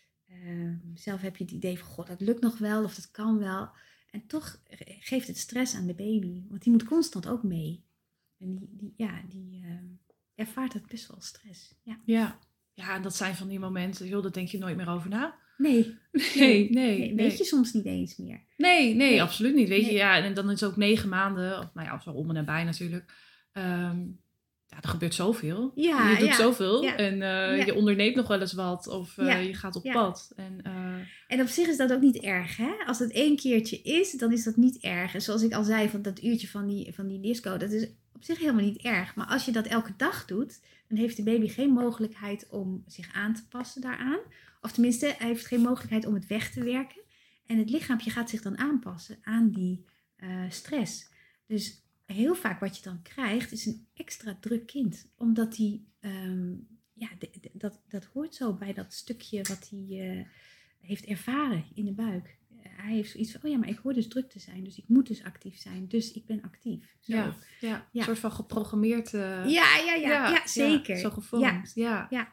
Uh, zelf heb je het idee van, god, dat lukt nog wel, of dat kan wel. En toch geeft het stress aan de baby, want die moet constant ook mee. En die, die, ja, die uh, ervaart het best wel stress. Ja. Ja. Ja, en dat zijn van die momenten, joh, daar denk je nooit meer over na. Nee. Nee, nee. nee, nee. nee. Weet je soms niet eens meer. Nee, nee, nee. absoluut niet. Weet nee. je, ja, en dan is het ook negen maanden, of nou ja, of zo om en nabij natuurlijk. Um, ja, er gebeurt zoveel. Ja, je doet ja, zoveel. ja, En uh, ja. je onderneemt nog wel eens wat. Of uh, ja, je gaat op ja. pad. En, uh, en op zich is dat ook niet erg. Hè? Als het één keertje is, dan is dat niet erg. En zoals ik al zei, van dat uurtje van die, van die disco, dat is op zich helemaal niet erg. Maar als je dat elke dag doet, dan heeft de baby geen mogelijkheid om zich aan te passen daaraan. Of tenminste, hij heeft geen mogelijkheid om het weg te werken. En het lichaampje gaat zich dan aanpassen aan die uh, stress. Dus heel vaak wat je dan krijgt, is een extra druk kind. Omdat die, um, ja, de, de, dat, dat hoort zo bij dat stukje wat hij uh, heeft ervaren in de buik. Uh, hij heeft zoiets van, oh ja, maar ik hoor dus druk te zijn. Dus ik moet dus actief zijn. Dus ik ben actief. Zo. Ja, ja, een soort van geprogrammeerd. Uh, ja, ja, ja, ja, ja, zeker. Ja, zo gevormd, ja. ja. ja.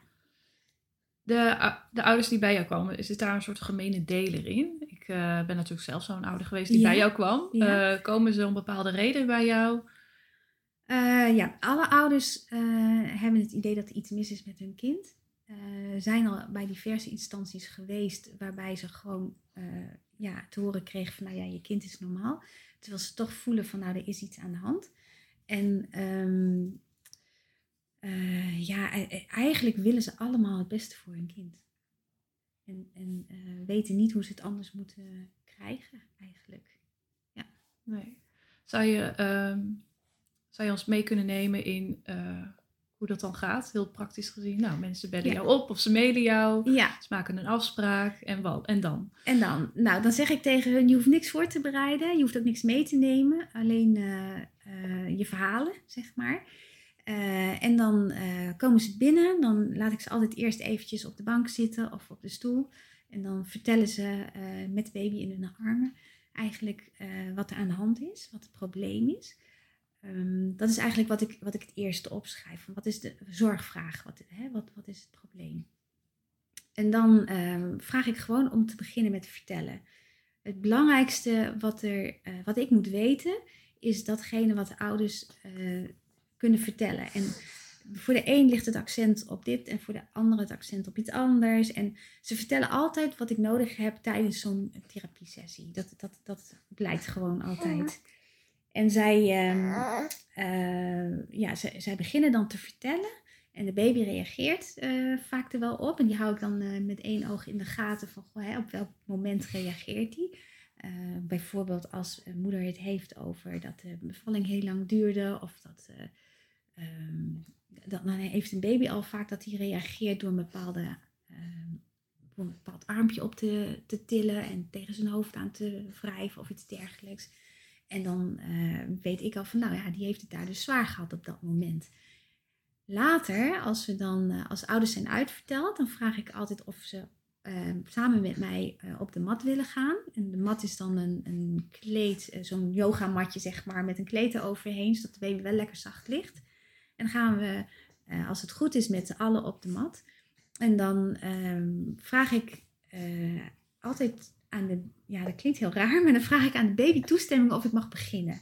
De, de ouders die bij jou komen, is daar een soort gemene deler in? Ik uh, ben natuurlijk zelf zo'n ouder geweest die ja. bij jou kwam. Ja. Uh, komen ze om bepaalde reden bij jou? Uh, ja, alle ouders uh, hebben het idee dat er iets mis is met hun kind. Uh, zijn al bij diverse instanties geweest waarbij ze gewoon uh, ja, te horen kregen van, nou ja, je kind is normaal. Terwijl ze toch voelen van, nou, er is iets aan de hand. En um, uh, ja, eigenlijk willen ze allemaal het beste voor hun kind. En, en uh, weten niet hoe ze het anders moeten krijgen, eigenlijk. Ja. Nee. Zou je, um, zou je ons mee kunnen nemen in uh, hoe dat dan gaat? Heel praktisch gezien. Nou, mensen bellen ja. jou op of ze mailen jou. Ja. Ze maken een afspraak. En wat? En dan? En dan? Nou, dan zeg ik tegen hun, je hoeft niks voor te bereiden. Je hoeft ook niks mee te nemen. Alleen uh, uh, je verhalen, zeg maar. Uh, en dan uh, komen ze binnen. Dan laat ik ze altijd eerst eventjes op de bank zitten of op de stoel. En dan vertellen ze uh, met de baby in hun armen eigenlijk uh, wat er aan de hand is. Wat het probleem is. Um, dat is eigenlijk wat ik, wat ik het eerste opschrijf. Wat is de zorgvraag? Wat, hè, wat, wat is het probleem? En dan um, vraag ik gewoon om te beginnen met vertellen. Het belangrijkste wat, er, uh, wat ik moet weten is datgene wat de ouders uh, kunnen vertellen. En voor de een ligt het accent op dit en voor de ander het accent op iets anders. En ze vertellen altijd wat ik nodig heb tijdens zo'n therapiesessie. Dat, dat, dat blijkt gewoon altijd. En zij, uh, uh, ja, zij, zij beginnen dan te vertellen. En de baby reageert uh, vaak er wel op. En die hou ik dan uh, met één oog in de gaten van goh, hè, op welk moment reageert die. Uh, bijvoorbeeld als een moeder het heeft over dat de bevalling heel lang duurde. Of dat, uh, um, dat dan heeft een baby al vaak dat hij reageert door een, bepaalde, uh, door een bepaald armpje op te, te tillen. En tegen zijn hoofd aan te wrijven of iets dergelijks. En dan uh, weet ik al van, nou ja, die heeft het daar dus zwaar gehad op dat moment. Later, als we dan uh, als ouders zijn uitverteld, dan vraag ik altijd of ze uh, samen met mij uh, op de mat willen gaan. En de mat is dan een, een kleed, uh, zo'n yogamatje zeg maar, met een kleed eroverheen, zodat de baby wel lekker zacht ligt. En dan gaan we, uh, als het goed is, met z'n allen op de mat. En dan uh, vraag ik uh, altijd aan de, ja dat klinkt heel raar, maar dan vraag ik aan de baby toestemming of ik mag beginnen.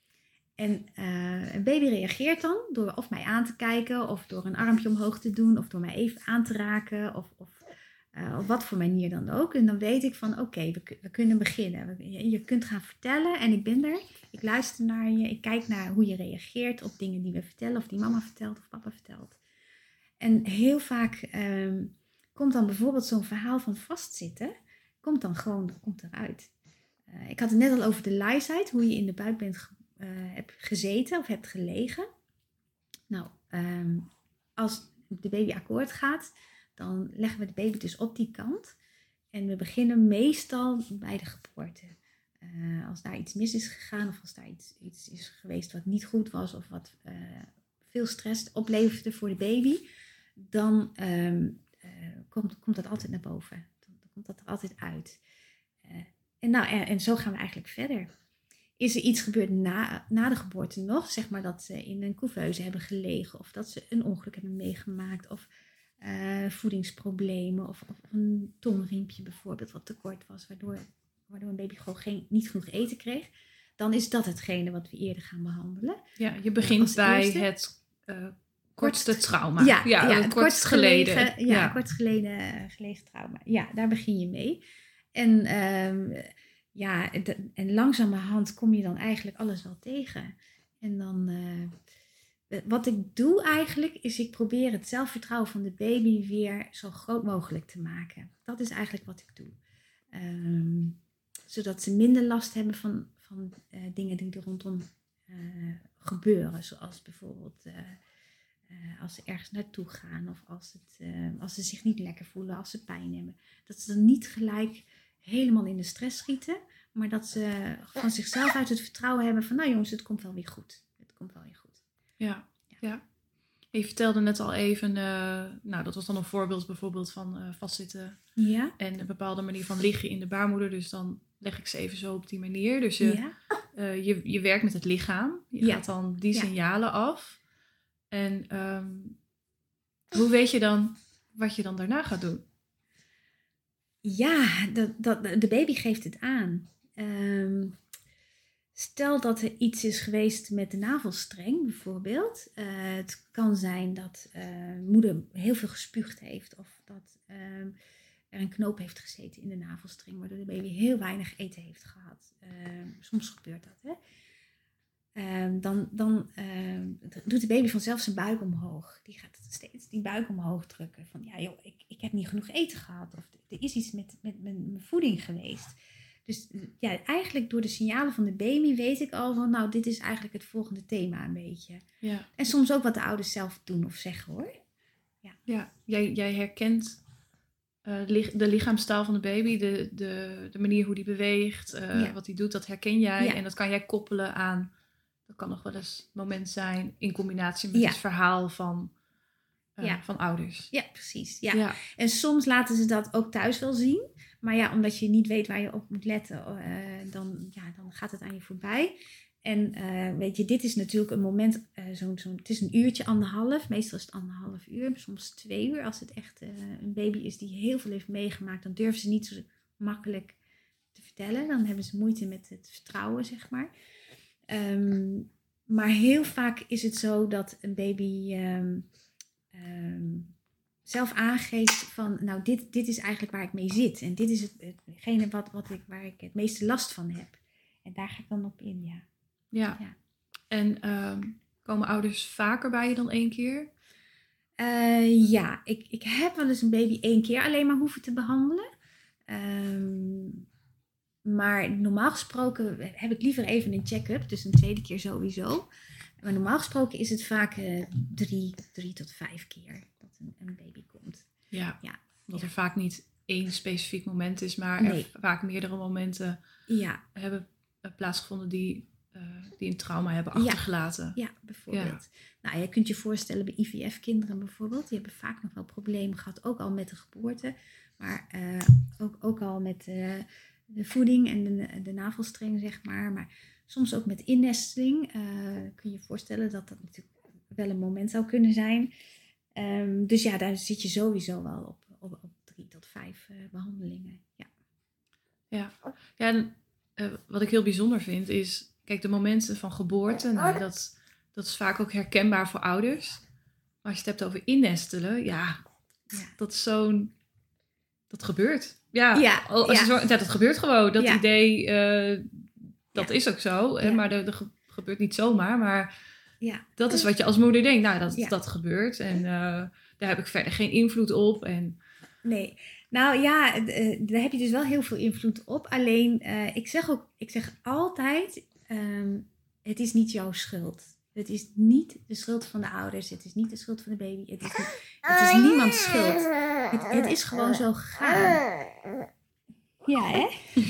En uh, een baby reageert dan door of mij aan te kijken of door een armpje omhoog te doen of door mij even aan te raken of, of uh, op wat voor manier dan ook. En dan weet ik van oké, okay, we, we kunnen beginnen. Je, je kunt gaan vertellen en ik ben er. Ik luister naar je. Ik kijk naar hoe je reageert op dingen die we vertellen of die mama vertelt of papa vertelt. En heel vaak um, komt dan bijvoorbeeld zo'n verhaal van vastzitten. Komt dan gewoon komt eruit. Uh, ik had het net al over de lie-site, hoe je in de buik bent ge- uh, hebt gezeten of hebt gelegen. Nou, um, als de baby akkoord gaat, dan leggen we de baby dus op die kant. En we beginnen meestal bij de geboorte. Uh, als daar iets mis is gegaan of als daar iets, iets is geweest wat niet goed was of wat uh, veel stress opleverde voor de baby, dan um, uh, komt, komt dat altijd naar boven. Dan komt dat er altijd uit. Uh, en, nou, en, en zo gaan we eigenlijk verder. Is er iets gebeurd na, na de geboorte nog? Zeg maar dat ze in een couveuse hebben gelegen of dat ze een ongeluk hebben meegemaakt of uh, voedingsproblemen of, of een tongriempje bijvoorbeeld wat te kort was, waardoor, waardoor een baby gewoon geen, niet genoeg eten kreeg. Dan is dat hetgene wat we eerder gaan behandelen. Ja, je begint uh, bij eerste. het uh, kortste Kort, trauma. Ja, ja, ja het kortst geleden. gelegen, ja, ja. Kort geleden gelegen trauma. Ja, daar begin je mee. En, um, ja, de, en langzamerhand kom je dan eigenlijk alles wel tegen. En dan, uh, wat ik doe eigenlijk, is ik probeer het zelfvertrouwen van de baby weer zo groot mogelijk te maken. Dat is eigenlijk wat ik doe. Um, zodat ze minder last hebben van, van uh, dingen die er rondom uh, gebeuren. Zoals bijvoorbeeld uh, uh, als ze ergens naartoe gaan of als, het, uh, als ze zich niet lekker voelen, als ze pijn hebben. Dat ze dan niet gelijk helemaal in de stress schieten, maar dat ze van zichzelf uit het vertrouwen hebben van, nou jongens, het komt wel weer goed. Het komt wel weer goed. Ja, ja. ja. Je vertelde net al even, uh, nou dat was dan een voorbeeld bijvoorbeeld van uh, vastzitten ja. en een bepaalde manier van liggen in de baarmoeder. Dus dan leg ik ze even zo op die manier. Dus je, ja. uh, je, je werkt met het lichaam. Je ja. gaat dan die ja. signalen af. En um, hoe weet je dan wat je dan daarna gaat doen? Ja, dat, dat, de baby geeft het aan. Um, Stel dat er iets is geweest met de navelstreng bijvoorbeeld. Uh, het kan zijn dat uh, moeder heel veel gespuugd heeft. Of dat uh, er een knoop heeft gezeten in de navelstreng. Waardoor de baby heel weinig eten heeft gehad. Uh, soms gebeurt dat. Hè? Uh, dan dan uh, doet de baby vanzelf zijn buik omhoog. Die gaat steeds die buik omhoog drukken. Van ja joh, ik, ik heb niet genoeg eten gehad. Of er is iets met, met, met mijn voeding geweest. Dus ja, eigenlijk door de signalen van de baby weet ik al van, nou, dit is eigenlijk het volgende thema een beetje. Ja. En soms ook wat de ouders zelf doen of zeggen hoor. Ja, ja jij, jij herkent uh, de lichaamstaal van de baby, de, de, de manier hoe die beweegt, uh, ja. wat hij doet, dat herken jij. Ja. En dat kan jij koppelen aan, dat kan nog wel eens een moment zijn in combinatie met ja. het verhaal van, uh, ja. van ouders. Ja, precies. Ja. Ja. En soms laten ze dat ook thuis wel zien. Maar ja, omdat je niet weet waar je op moet letten, uh, dan, ja, dan gaat het aan je voorbij. En uh, weet je, dit is natuurlijk een moment, uh, zo'n, zo'n, het is een uurtje, anderhalf. Meestal is het anderhalf uur, soms twee uur. Als het echt uh, een baby is die heel veel heeft meegemaakt, dan durven ze niet zo makkelijk te vertellen. Dan hebben ze moeite met het vertrouwen, zeg maar. Um, maar heel vaak is het zo dat een baby um, um, zelf aangeeft van, nou, dit, dit is eigenlijk waar ik mee zit. En dit is het, hetgene wat, wat ik, waar ik het meeste last van heb. En daar ga ik dan op in, ja. Ja. ja. En um, komen ouders vaker bij je dan één keer? Uh, ja, ik, ik heb wel eens een baby één keer alleen maar hoeven te behandelen. Um, maar normaal gesproken heb ik liever even een check-up. Dus een tweede keer sowieso. Maar normaal gesproken is het vaak uh, drie, drie tot vijf keer dat een, een baby komt. Ja, ja. dat ja. er vaak niet één specifiek moment is, maar nee. er vaak meerdere momenten ja. hebben plaatsgevonden die, uh, die een trauma hebben achtergelaten. Ja, ja bijvoorbeeld. Ja. Nou, je kunt je voorstellen bij I V F-kinderen bijvoorbeeld. Die hebben vaak nog wel problemen gehad, ook al met de geboorte. Maar uh, ook, ook al met uh, de voeding en de, de navelstreng, zeg maar. Maar soms ook met innesteling. Uh, kun je je voorstellen dat dat natuurlijk wel een moment zou kunnen zijn. Um, dus ja, daar zit je sowieso wel op, op, op drie tot vijf uh, behandelingen. Ja, ja. ja en, uh, wat ik heel bijzonder vind is, kijk, de momenten van geboorte, nou, dat, dat is vaak ook herkenbaar voor ouders. Maar als je het hebt over innestelen, ja, ja. dat is zo'n, dat gebeurt. Ja, ja, als ja. Zo, ja dat gebeurt gewoon. Dat ja. idee, uh, dat ja. is ook zo. Hè, ja. maar dat, dat gebeurt niet zomaar, maar ja. dat is wat je als moeder denkt. Nou, dat, ja. dat gebeurt en uh, daar heb ik verder geen invloed op. En... Nee, nou ja, uh, daar heb je dus wel heel veel invloed op. Alleen, uh, ik zeg ook, ik zeg altijd, um, het is niet jouw schuld. Het is niet de schuld van de ouders. Het is niet de schuld van de baby. Het is, niet, het is niemands schuld. Het, het is gewoon zo gegaan. Ja, hè?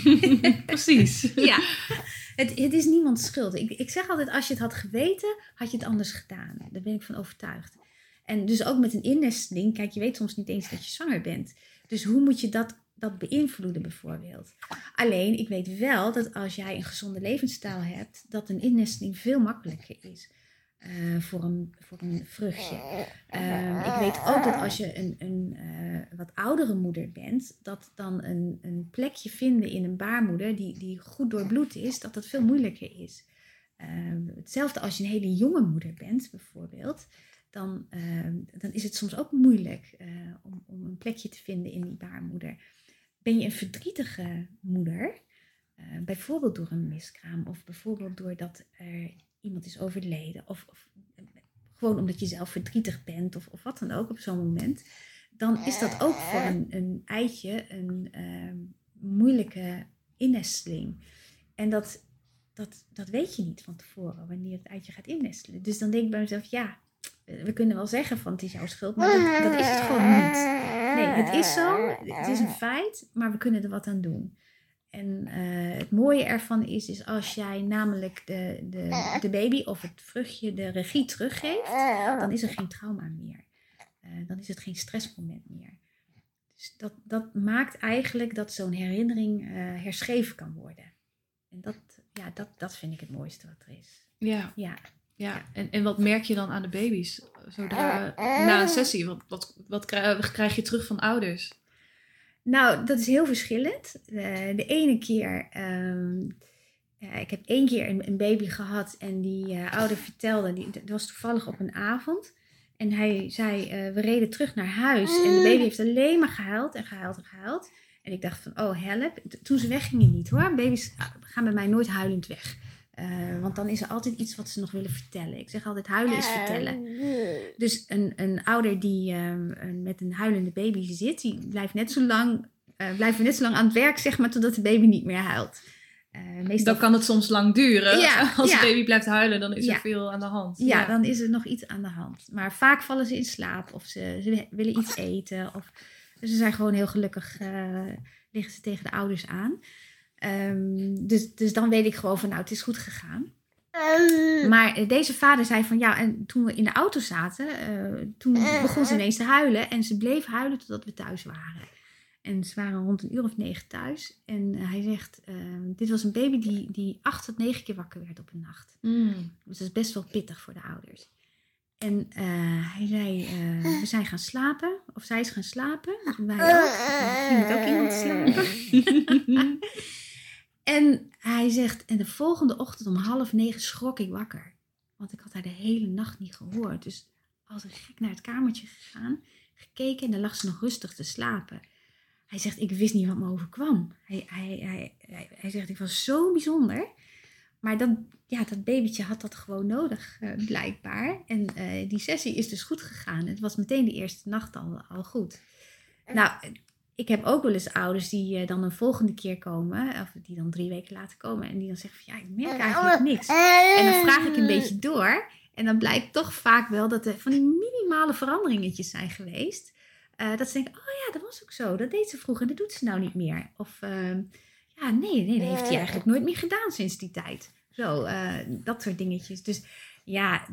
Precies. Ja, het, het is niemands schuld. Ik, ik zeg altijd, als je het had geweten, had je het anders gedaan. Daar ben ik van overtuigd. En dus ook met een innesteling. Kijk, je weet soms niet eens dat je zwanger bent. Dus hoe moet je dat, dat beïnvloeden bijvoorbeeld? Alleen, ik weet wel dat als jij een gezonde levensstijl hebt, dat een innesteling veel makkelijker is. Uh, voor, een, voor een vruchtje. Uh, ik weet ook dat als je een, een uh, wat oudere moeder bent, dat dan een, een plekje vinden in een baarmoeder die, die goed doorbloed is, dat dat veel moeilijker is. Uh, hetzelfde als je een hele jonge moeder bent, bijvoorbeeld, dan, uh, dan is het soms ook moeilijk uh, om, om een plekje te vinden in die baarmoeder. Ben je een verdrietige moeder, uh, bijvoorbeeld door een miskraam of bijvoorbeeld doordat er iemand is overleden. Of, of gewoon omdat je zelf verdrietig bent of, of wat dan ook op zo'n moment, dan is dat ook voor een, een eitje een uh, moeilijke innesteling. En dat, dat, dat weet je niet van tevoren, wanneer het eitje gaat innestelen. Dus dan denk ik bij mezelf, ja, we kunnen wel zeggen van het is jouw schuld, maar dat, dat is het gewoon niet. Nee, het is zo, het is een feit, maar we kunnen er wat aan doen. En uh, het mooie ervan is, is als jij namelijk de, de, de baby of het vruchtje de regie teruggeeft, dan is er geen trauma meer. Uh, dan is het geen stressmoment meer. Dus dat, dat maakt eigenlijk dat zo'n herinnering uh, herschreven kan worden. En dat, ja, dat, dat vind ik het mooiste wat er is. Ja, ja. ja. En, en wat merk je dan aan de baby's zodra, na een sessie? Wat, wat, wat krijg je terug van ouders? Nou, dat is heel verschillend. Uh, de ene keer, um, uh, ik heb één keer een, een baby gehad en die uh, ouder vertelde, die, dat was toevallig op een avond. En hij zei, uh, we reden terug naar huis en de baby heeft alleen maar gehuild en gehuild en gehuild. En ik dacht van, oh help. Toen ze weggingen niet hoor. Baby's gaan bij mij nooit huilend weg. Uh, want dan is er altijd iets wat ze nog willen vertellen. Ik zeg altijd, huilen is vertellen. Dus een, een ouder die uh, met een huilende baby zit, die blijft net zo lang, uh, blijven net zo lang aan het werk, zeg maar, totdat de baby niet meer huilt. Uh, meestal... Dan kan het soms lang duren. Ja, Als ja. de baby blijft huilen, dan is ja. er veel aan de hand. Ja, Ja, dan is er nog iets aan de hand. Maar vaak vallen ze in slaap of ze, ze willen iets eten. Of, dus ze zijn gewoon heel gelukkig, uh, liggen ze tegen de ouders aan. Um, dus, dus dan weet ik gewoon van, nou, het is goed gegaan. Um. Maar deze vader zei van, ja, en toen we in de auto zaten, uh, toen begon ze ineens te huilen. En ze bleef huilen totdat we thuis waren. En ze waren rond een uur of negen thuis. En uh, hij zegt, uh, dit was een baby die, die acht tot negen keer wakker werd op een nacht. Mm. Dus dat is best wel pittig voor de ouders. En uh, hij zei, uh, we zijn gaan slapen. Of zij is gaan slapen. En wij ook. Je moet ook iemand slapen. En hij zegt, en de volgende ochtend om half negen schrok ik wakker. Want ik had haar de hele nacht niet gehoord. Dus als een gek naar het kamertje gegaan, gekeken en dan lag ze nog rustig te slapen. Hij zegt, ik wist niet wat me overkwam. Hij, hij, hij, hij, hij zegt, ik was zo bijzonder. Maar dat, ja, dat babytje had dat gewoon nodig, uh, blijkbaar. En uh, die sessie is dus goed gegaan. Het was meteen de eerste nacht al, al goed. Nou, ik heb ook wel eens ouders die uh, dan een volgende keer komen. Of die dan drie weken later komen. En die dan zeggen van, ja, ik merk eigenlijk niks. En dan vraag ik een beetje door. En dan blijkt toch vaak wel dat er van die minimale veranderingetjes zijn geweest. Uh, dat ze denken, oh ja, dat was ook zo. Dat deed ze vroeger, dat doet ze nou niet meer. Of, uh, ja, nee, nee, dat heeft hij eigenlijk nooit meer gedaan sinds die tijd. Zo, uh, dat soort dingetjes. Dus ja,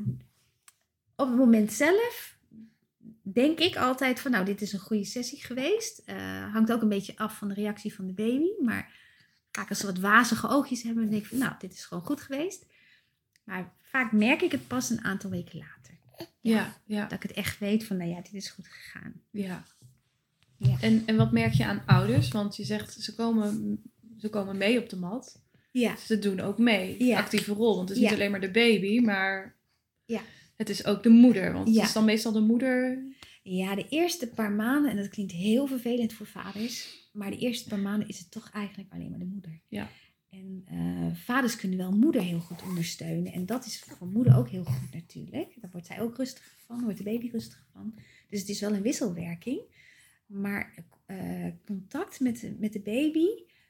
op het moment zelf denk ik altijd van, nou, dit is een goede sessie geweest. Uh, hangt ook een beetje af van de reactie van de baby. Maar vaak als ze wat wazige oogjes hebben, dan denk ik van, nou, dit is gewoon goed geweest. Maar vaak merk ik het pas een aantal weken later. Ja, ja, ja. Dat ik het echt weet van, nou ja, dit is goed gegaan. Ja. Ja. En, en wat merk je aan ouders? Want je zegt, ze komen, ze komen mee op de mat. Ja. Ze doen ook mee. Ja. Actieve rol. Want het is Ja. niet alleen maar de baby, maar ja. het is ook de moeder. Want Ja. het is dan meestal de moeder. Ja, de eerste paar maanden, en dat klinkt heel vervelend voor vaders, maar de eerste paar maanden is het toch eigenlijk alleen maar de moeder. Ja. En uh, vaders kunnen wel moeder heel goed ondersteunen. En dat is voor moeder ook heel goed natuurlijk. Daar wordt zij ook rustig van, daar wordt de baby rustig van. Dus het is wel een wisselwerking. Maar uh, contact met de, met de baby,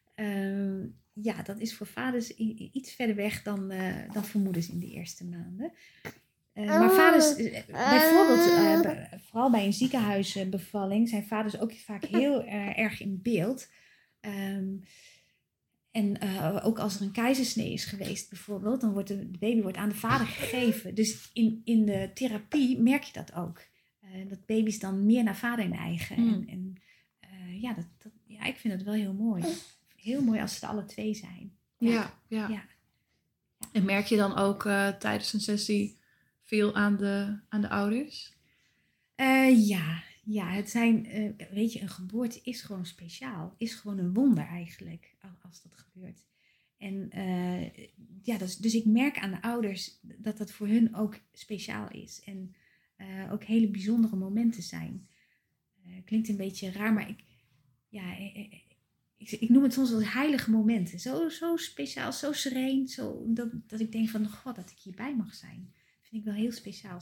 uh, ja, dat is voor vaders i- iets verder weg dan, uh, dan voor moeders in de eerste maanden. Uh, maar vaders, uh, bijvoorbeeld, uh, vooral bij een ziekenhuisbevalling, zijn vaders ook vaak heel uh, erg in beeld. Um, En uh, ook als er een keizersnee is geweest bijvoorbeeld, dan wordt de, de baby wordt aan de vader gegeven. Dus in, in de therapie merk je dat ook. Uh, dat baby's dan meer naar vader neigen. Mm. En, en uh, ja, dat, dat, ja, ik vind het wel heel mooi. Heel mooi als ze er alle twee zijn. Ja, ja. ja. ja. En merk je dan ook uh, tijdens een sessie veel aan de, aan de ouders? Uh, ja, ja, het zijn, uh, weet je, een geboorte is gewoon speciaal. Is gewoon een wonder eigenlijk, als dat gebeurt. En uh, ja, dat is, dus ik merk aan de ouders dat dat voor hun ook speciaal is. En uh, ook hele bijzondere momenten zijn. Uh, klinkt een beetje raar, maar ik, ja, ik, ik, ik noem het soms wel heilige momenten. Zo, zo speciaal, zo sereen, zo, dat, dat ik denk van, god, dat ik hierbij mag zijn. Dat vind ik wel heel speciaal soms.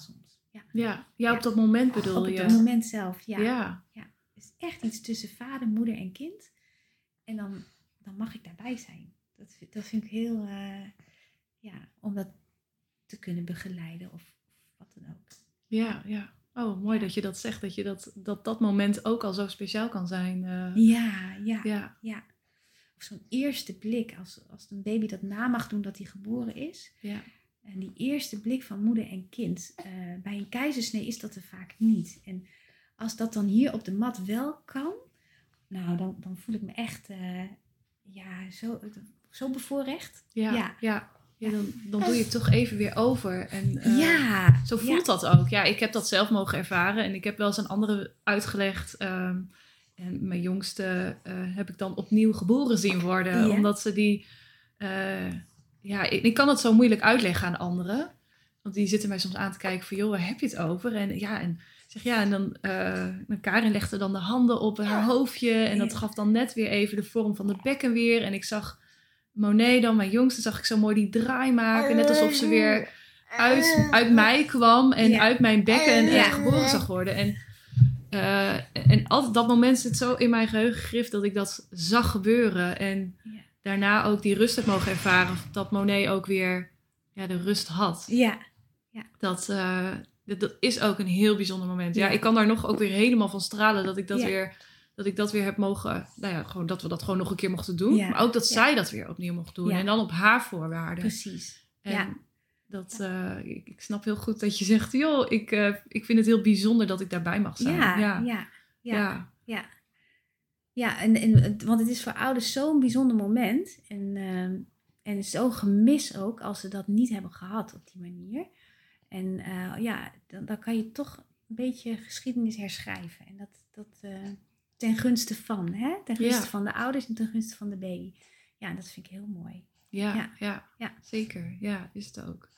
Ja, ja. ja op Ja. dat moment bedoel op je. het moment zelf, ja. ja. Ja. Het is echt iets tussen vader, moeder en kind. En dan, dan mag ik daarbij zijn. Dat, vind- dat vind ik heel, uh, ja, om dat te kunnen begeleiden of, of wat dan ook. Ja, ja. Oh, mooi Ja. dat je dat zegt. Dat, je dat, dat dat moment ook al zo speciaal kan zijn. Uh, Ja, ja, ja. ja. Of zo'n eerste blik, als, als een baby dat na mag doen dat hij geboren is. Ja. En die eerste blik van moeder en kind. Uh, bij een keizersnee is dat er vaak niet. En als dat dan hier op de mat wel kan, nou, dan, dan voel ik me echt uh, ja, zo, zo bevoorrecht. Ja, ja. ja. ja dan, dan doe je het toch even weer over. En uh, ja, zo voelt ja. dat ook. Ja, ik heb dat zelf mogen ervaren. En ik heb wel eens aan anderen uitgelegd. Um, en mijn jongste uh, heb ik dan opnieuw geboren zien worden. Ja. Omdat ze die... Uh, ja, ik, ik kan het zo moeilijk uitleggen aan anderen. Want die zitten mij soms aan te kijken van... joh, waar heb je het over? En ja, en ik zeg ja, en dan... Uh, Karin legde dan de handen op haar hoofdje. En dat gaf dan net weer even de vorm van de bekken weer. En ik zag Monet dan, mijn jongste, zag ik zo mooi die draai maken. Net alsof ze weer uit, uit mij kwam. En ja. uit mijn bekken uh, ja. geboren zag worden. En, uh, en altijd dat moment zit zo in mijn geheugen gegrift dat ik dat zag gebeuren. En ja. daarna ook die rust heb mogen ervaren. Dat Monet ook weer ja, de rust had. Ja. ja. Dat... Uh, Dat is ook een heel bijzonder moment. Ja, ja, ik kan daar nog ook weer helemaal van stralen dat ik dat, ja. weer, dat ik dat weer heb mogen... Nou ja, gewoon dat we dat gewoon nog een keer mochten doen. Ja. Maar ook dat ja. zij dat weer opnieuw mocht doen. Ja. En dan op haar voorwaarden. Precies. En ja. dat, uh, ik, ik snap heel goed dat je zegt... joh, ik, uh, ik vind het heel bijzonder dat ik daarbij mag zijn. Ja, ja, ja. ja. ja. ja. ja en, en, want het is voor ouders zo'n bijzonder moment. En, uh, en zo'n gemis ook als ze dat niet hebben gehad op die manier... En uh, ja, dan, dan kan je toch een beetje geschiedenis herschrijven. En dat, dat uh, ten gunste van, hè? Ten gunste ja. van de ouders en ten gunste van de baby. Ja, dat vind ik heel mooi. Ja, ja. ja, ja. zeker. Ja, is het ook.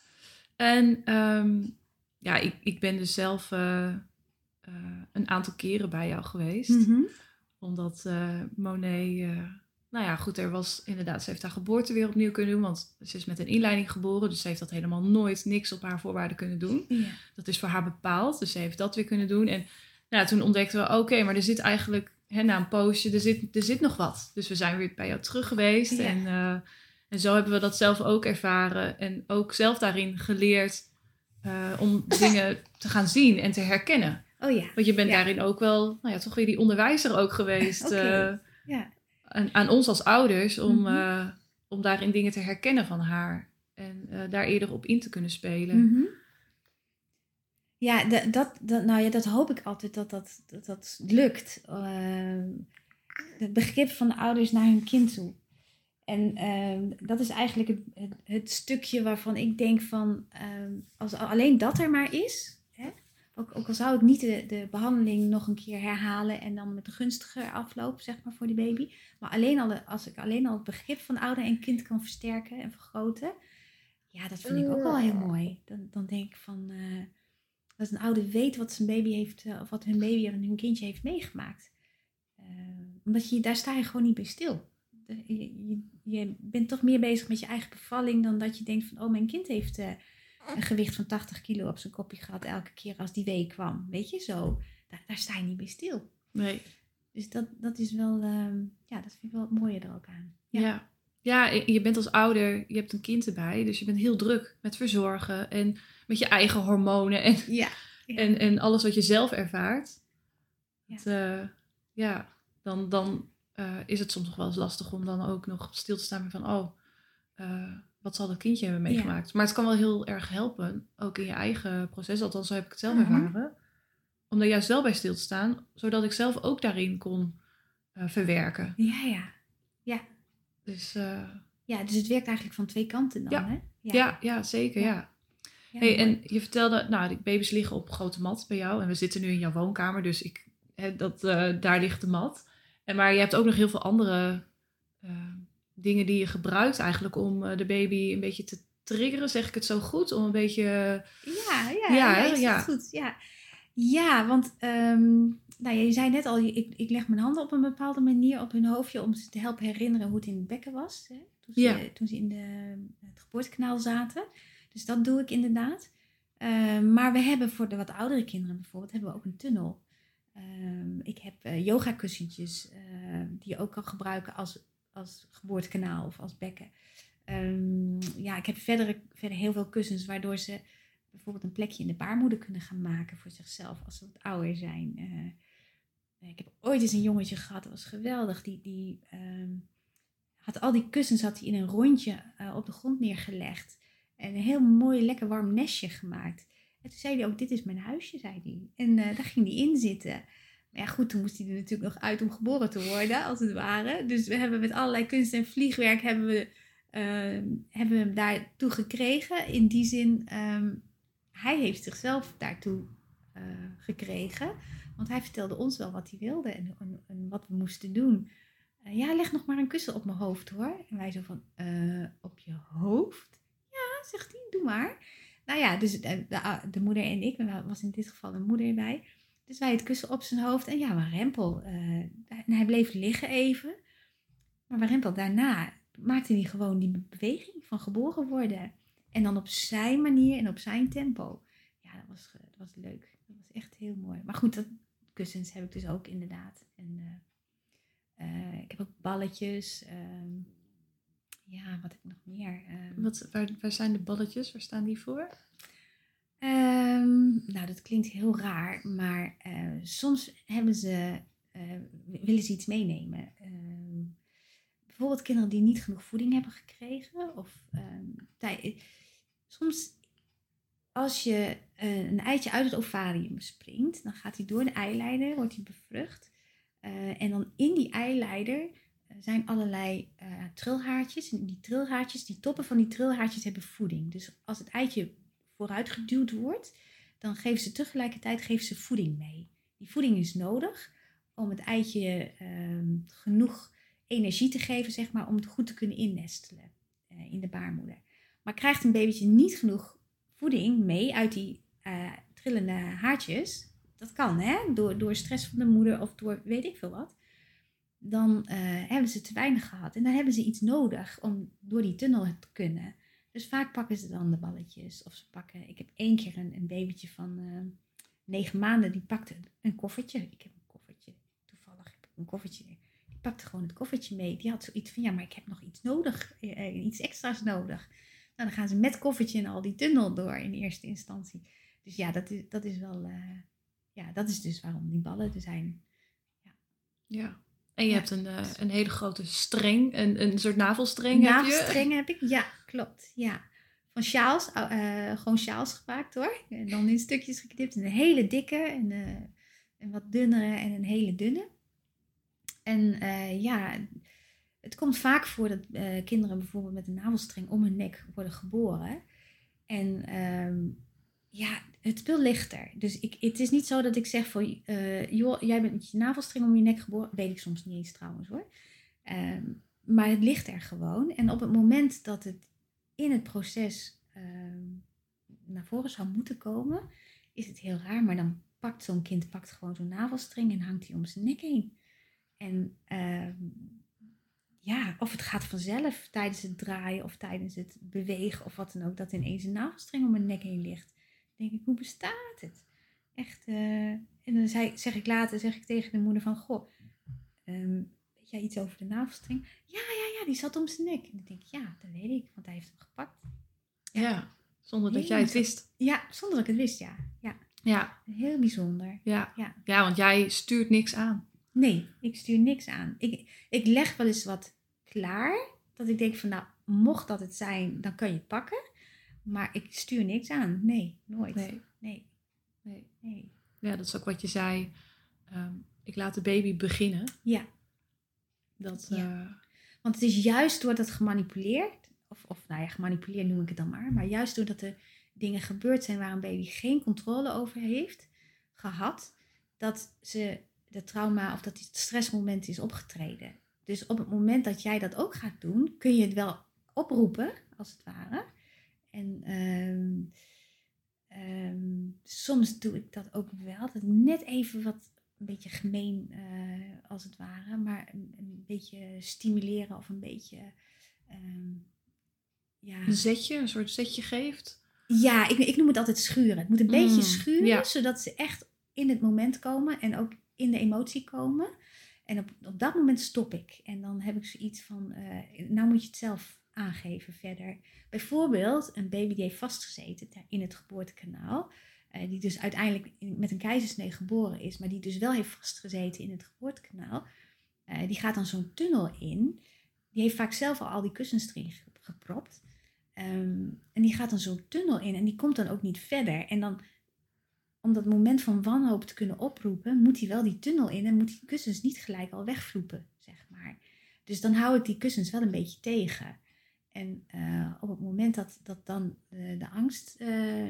En um, ja, ik, ik ben dus zelf uh, uh, een aantal keren bij jou geweest. Mm-hmm. Omdat uh, Monet... Uh, Nou ja, goed, er was inderdaad, ze heeft haar geboorte weer opnieuw kunnen doen. Want ze is met een inleiding geboren. Dus ze heeft dat helemaal nooit, niks op haar voorwaarden kunnen doen. Ja. Dat is voor haar bepaald. Dus ze heeft dat weer kunnen doen. En nou, toen ontdekten we, oké, okay, maar er zit eigenlijk, hè, na een poosje, er zit, er zit nog wat. Dus we zijn weer bij jou terug geweest. Ja. En, uh, en zo hebben we dat zelf ook ervaren. En ook zelf daarin geleerd uh, om dingen te gaan zien en te herkennen. Oh ja. Want je bent ja. daarin ook wel, nou ja, toch weer die onderwijzer ook geweest. Okay. Uh, ja. Aan, aan ons als ouders om, Mm-hmm. uh, om daarin dingen te herkennen van haar. En uh, daar eerder op in te kunnen spelen. Mm-hmm. Ja, de, dat, dat, nou ja, dat hoop ik altijd dat dat, dat, dat lukt. Uh, het begrip van de ouders naar hun kind toe. En uh, dat is eigenlijk het, het, het stukje waarvan ik denk van... Uh, als alleen dat er maar is... Hè, Ook, ook al zou ik niet de, de behandeling nog een keer herhalen en dan met een gunstige afloop, zeg maar, voor die baby. Maar alleen al de, als ik alleen al het begrip van ouder en kind kan versterken en vergroten, ja, dat vind ik ook wel heel mooi. Dan, dan denk ik van, uh, dat een ouder weet wat zijn baby heeft, uh, of wat hun baby en hun kindje heeft meegemaakt. Uh, omdat je, daar sta je gewoon niet bij stil. Je, je, je bent toch meer bezig met je eigen bevalling dan dat je denkt van, oh, mijn kind heeft... Uh, een gewicht van tachtig kilo op zijn kopje gehad elke keer als die week kwam. Weet je, zo. Daar, daar sta je niet bij stil. Nee. Dus dat, dat is wel... Um, ja, dat vind ik wel het mooie er ook aan. Ja. ja. Ja, je bent als ouder, je hebt een kind erbij. Dus je bent heel druk met verzorgen. En met je eigen hormonen. En, ja. Ja. en, en alles wat je zelf ervaart. Ja. Het, uh, ja, dan, dan uh, is het soms nog wel eens lastig om dan ook nog stil te staan met van... oh. Uh, wat zal dat kindje hebben meegemaakt? Ja. Maar het kan wel heel erg helpen, ook in je eigen proces. Althans, zo heb ik het zelf mm-hmm. ervaren. Om daar juist wel bij stil te staan, zodat ik zelf ook daarin kon uh, verwerken. Ja, ja. Ja. Dus, uh, ja, dus het werkt eigenlijk van twee kanten dan, ja. hè? Ja, ja, ja zeker, ja. ja. ja hey, en je vertelde, nou, die baby's liggen op grote mat bij jou. En we zitten nu in jouw woonkamer, dus ik, hè, dat, uh, daar ligt de mat. En, maar je hebt ook nog heel veel andere... Uh, dingen die je gebruikt eigenlijk om uh, de baby een beetje te triggeren, zeg ik het zo goed? Om een beetje... Ja, ja, ja, ja, ja, ja. goed. Ja, ja want um, nou, je zei net al, ik, ik leg mijn handen op een bepaalde manier op hun hoofdje om ze te helpen herinneren hoe het in het bekken was. Hè, toen, ze, ja. toen ze in de, het geboortekanaal zaten. Dus dat doe ik inderdaad. Uh, maar we hebben voor de wat oudere kinderen bijvoorbeeld hebben we ook een tunnel. Um, ik heb uh, yoga kussentjes uh, die je ook kan gebruiken als, als geboortekanaal of als bekken. Um, ja, ik heb verder, verder heel veel kussens waardoor ze bijvoorbeeld een plekje in de baarmoeder kunnen gaan maken voor zichzelf als ze wat ouder zijn. Uh, ik heb ooit eens een jongetje gehad, dat was geweldig. Die, die um, had al die kussens had hij in een rondje uh, op de grond neergelegd. En een heel mooi, lekker warm nestje gemaakt. En toen zei hij ook, dit is mijn huisje, zei hij. En uh, daar ging hij in zitten. Maar ja, goed, toen moest hij er natuurlijk nog uit om geboren te worden, als het ware. Dus we hebben met allerlei kunst en vliegwerk hebben we, uh, hebben we hem daartoe gekregen. In die zin, um, hij heeft zichzelf daartoe uh, gekregen. Want hij vertelde ons wel wat hij wilde en, en, en wat we moesten doen. Uh, ja, leg nog maar een kussen op mijn hoofd, hoor. En wij zo van, uh, op je hoofd? Ja, zegt hij, doe maar. Nou ja, dus de, de, de moeder en ik, er was in dit geval een moeder bij. Dus wij het kussen op zijn hoofd. En ja, Warempel, uh, en hij bleef liggen even. Maar Warempel, daarna maakte hij gewoon die beweging van geboren worden. En dan op zijn manier en op zijn tempo. Ja, dat was, dat was leuk. Dat was echt heel mooi. Maar goed, dat kussens heb ik dus ook inderdaad. En uh, uh, ik heb ook balletjes. Uh, ja, wat heb ik nog meer? Uh, wat, waar, waar zijn de balletjes? Waar staan die voor? Um, nou, dat klinkt heel raar, maar uh, soms hebben ze, uh, willen ze iets meenemen. Uh, bijvoorbeeld kinderen die niet genoeg voeding hebben gekregen. Of um, tij- soms als je uh, een eitje uit het ovarium springt, dan gaat hij door de eileider, wordt hij bevrucht. Uh, en dan in die eileider zijn allerlei uh, trilhaartjes. En die trilhaartjes, die toppen van die trilhaartjes hebben voeding. Dus als het eitje vooruit geduwd wordt, dan geven ze tegelijkertijd geven ze voeding mee. Die voeding is nodig om het eitje um, genoeg energie te geven, zeg maar, om het goed te kunnen innestelen uh, in de baarmoeder. Maar krijgt een babytje niet genoeg voeding mee uit die uh, trillende haartjes, dat kan, hè, door, door stress van de moeder of door weet ik veel wat, dan uh, hebben ze te weinig gehad. En dan hebben ze iets nodig om door die tunnel te kunnen. Dus vaak pakken ze dan de balletjes. Of ze pakken, ik heb één keer een, een babytje van uh, negen maanden, die pakte een koffertje. Ik heb een koffertje, toevallig heb ik een koffertje. Die pakte gewoon het koffertje mee. Die had zoiets van, ja, maar ik heb nog iets nodig, uh, iets extra's nodig. Nou, dan gaan ze met koffertje en al die tunnel door in eerste instantie. Dus ja, dat is, dat is wel, uh, ja, dat is dus waarom die ballen er zijn. Ja. Ja. En je ja. hebt een, uh, een hele grote streng, een, een soort navelstreng, navelstreng heb je? heb ik, ja, klopt. Ja. Van sjaals, uh, gewoon sjaals gemaakt hoor. En dan in stukjes geknipt. Een hele dikke, en uh, een wat dunnere en een hele dunne. En uh, ja, het komt vaak voor dat uh, kinderen bijvoorbeeld met een navelstreng om hun nek worden geboren. En um, ja, het is veel lichter. Dus ik, het is niet zo dat ik zeg van, uh, joh, jij bent met je navelstreng om je nek geboren. Weet ik soms niet eens trouwens hoor. Um, maar het ligt er gewoon. En op het moment dat het in het proces um, naar voren zou moeten komen, is het heel raar. Maar dan pakt zo'n kind pakt gewoon zo'n navelstreng en hangt die om zijn nek heen. En um, ja, of het gaat vanzelf tijdens het draaien of tijdens het bewegen of wat dan ook, dat ineens een navelstreng om mijn nek heen ligt. Dan denk ik, hoe bestaat het? Echt. Uh, en dan zei, zeg ik later zeg ik tegen de moeder van, goh, um, weet jij iets over de navelstreng? Ja, ja, ja, die zat om zijn nek. En dan denk ik, ja, dat weet ik, want hij heeft hem gepakt. Ja, ja zonder dat jij het wist. Ja, zonder dat ik het wist, ja. Ja, ja. Heel bijzonder. Ja. Ja. Ja, want jij stuurt niks aan. Nee, ik stuur niks aan. Ik, ik leg wel eens wat klaar. Dat ik denk van, nou, mocht dat het zijn, dan kan je het pakken. Maar ik stuur niks aan. Nee, nooit. Nee. Nee. Nee. nee. Ja, dat is ook wat je zei. Um, ik laat de baby beginnen. Ja. Dat, ja. Uh... Want het is juist door dat gemanipuleerd, of, of nou ja, gemanipuleerd noem ik het dan maar. Maar juist doordat er dingen gebeurd zijn waar een baby geen controle over heeft gehad, dat ze de trauma of dat het stressmoment is opgetreden. Dus op het moment dat jij dat ook gaat doen, kun je het wel oproepen, als het ware. En um, um, soms doe ik dat ook wel. Dat net even wat, een beetje gemeen, uh, als het ware. Maar een, een beetje stimuleren of een beetje... Um, ja. Een zetje, een soort zetje geeft. Ja, ik, ik noem het altijd schuren. Het moet een beetje Mm, schuren, ja. zodat ze echt in het moment komen en ook in de emotie komen. En op, op dat moment stop ik. En dan heb ik zoiets van, uh, nou moet je het zelf aangeven verder. Bijvoorbeeld een baby die heeft vastgezeten in het geboortekanaal. Uh, die dus uiteindelijk met een keizersnee geboren is, maar die dus wel heeft vastgezeten in het geboortekanaal. Uh, die gaat dan zo'n tunnel in. Die heeft vaak zelf al al die kussens erin gepropt. Um, en die gaat dan zo'n tunnel in en die komt dan ook niet verder. En dan, om dat moment van wanhoop te kunnen oproepen, moet hij wel die tunnel in en moet die kussens niet gelijk al wegvloepen, zeg maar. Dus dan hou ik die kussens wel een beetje tegen. En uh, op het moment dat, dat dan uh, de angst uh,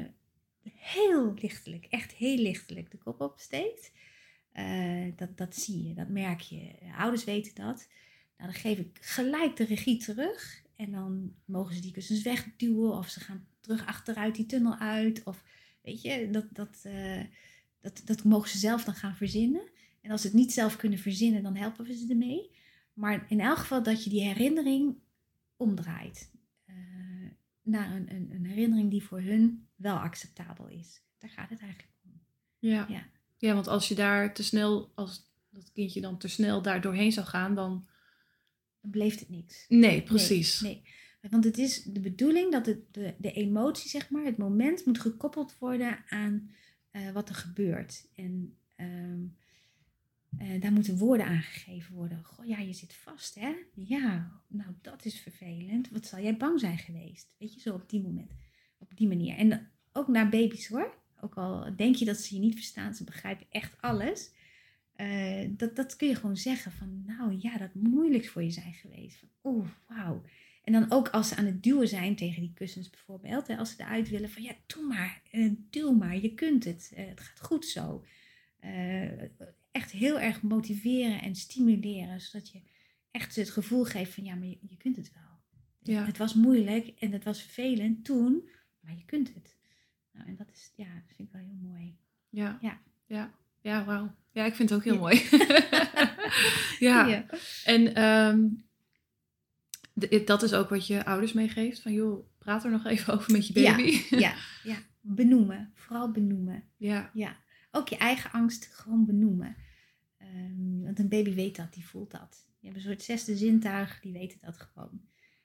heel lichtelijk, echt heel lichtelijk de kop opsteekt, uh, dat, dat zie je, dat merk je. Ouders weten dat. Nou, dan geef ik gelijk de regie terug. En dan mogen ze die kussens wegduwen of ze gaan terug achteruit die tunnel uit. Of weet je, dat, dat, uh, dat, dat mogen ze zelf dan gaan verzinnen. En als ze het niet zelf kunnen verzinnen, dan helpen we ze ermee. Maar in elk geval dat je die herinnering omdraait. Uh, naar een, een, een herinnering die voor hun wel acceptabel is. Daar gaat het eigenlijk om. Ja, ja. ja want als je daar te snel, als dat kindje dan te snel daar doorheen zou gaan, dan... dan beleeft het niks. Nee, precies. Nee, nee. Want het is de bedoeling dat het, de, de emotie, zeg maar, het moment moet gekoppeld worden aan uh, wat er gebeurt. En um, uh, daar moeten woorden aangegeven worden. Goh, ja, je zit vast, hè? Ja, nou, dat is vervelend. Wat zal jij bang zijn geweest? Weet je, zo op die moment. Op die manier. En ook naar baby's, hoor. Ook al denk je dat ze je niet verstaan, ze begrijpen echt alles. Uh, dat, dat kun je gewoon zeggen van, nou ja, dat moet moeilijk voor je zijn geweest. Van, oeh, wauw. En dan ook als ze aan het duwen zijn tegen die kussens bijvoorbeeld. Hè, als ze eruit willen van, ja, doe maar, uh, duw maar, je kunt het. Uh, het gaat goed zo. Uh, echt heel erg motiveren en stimuleren. Zodat je echt het gevoel geeft van, ja, maar je, je kunt het wel. Ja. Het was moeilijk en het was vervelend toen, maar je kunt het. Nou, en dat is, ja, dat vind ik wel heel mooi. Ja, ja. ja. Ja, wauw. Ja, ik vind het ook heel ja. mooi. ja. ja, en um, d- dat is ook wat je ouders meegeeft. Van joh, praat er nog even over met je baby. Ja, ja, ja. Benoemen. Vooral benoemen. Ja. ja. Ook je eigen angst gewoon benoemen. Um, want een baby weet dat, die voelt dat. Die hebben een soort zesde zintuig, die weten dat gewoon.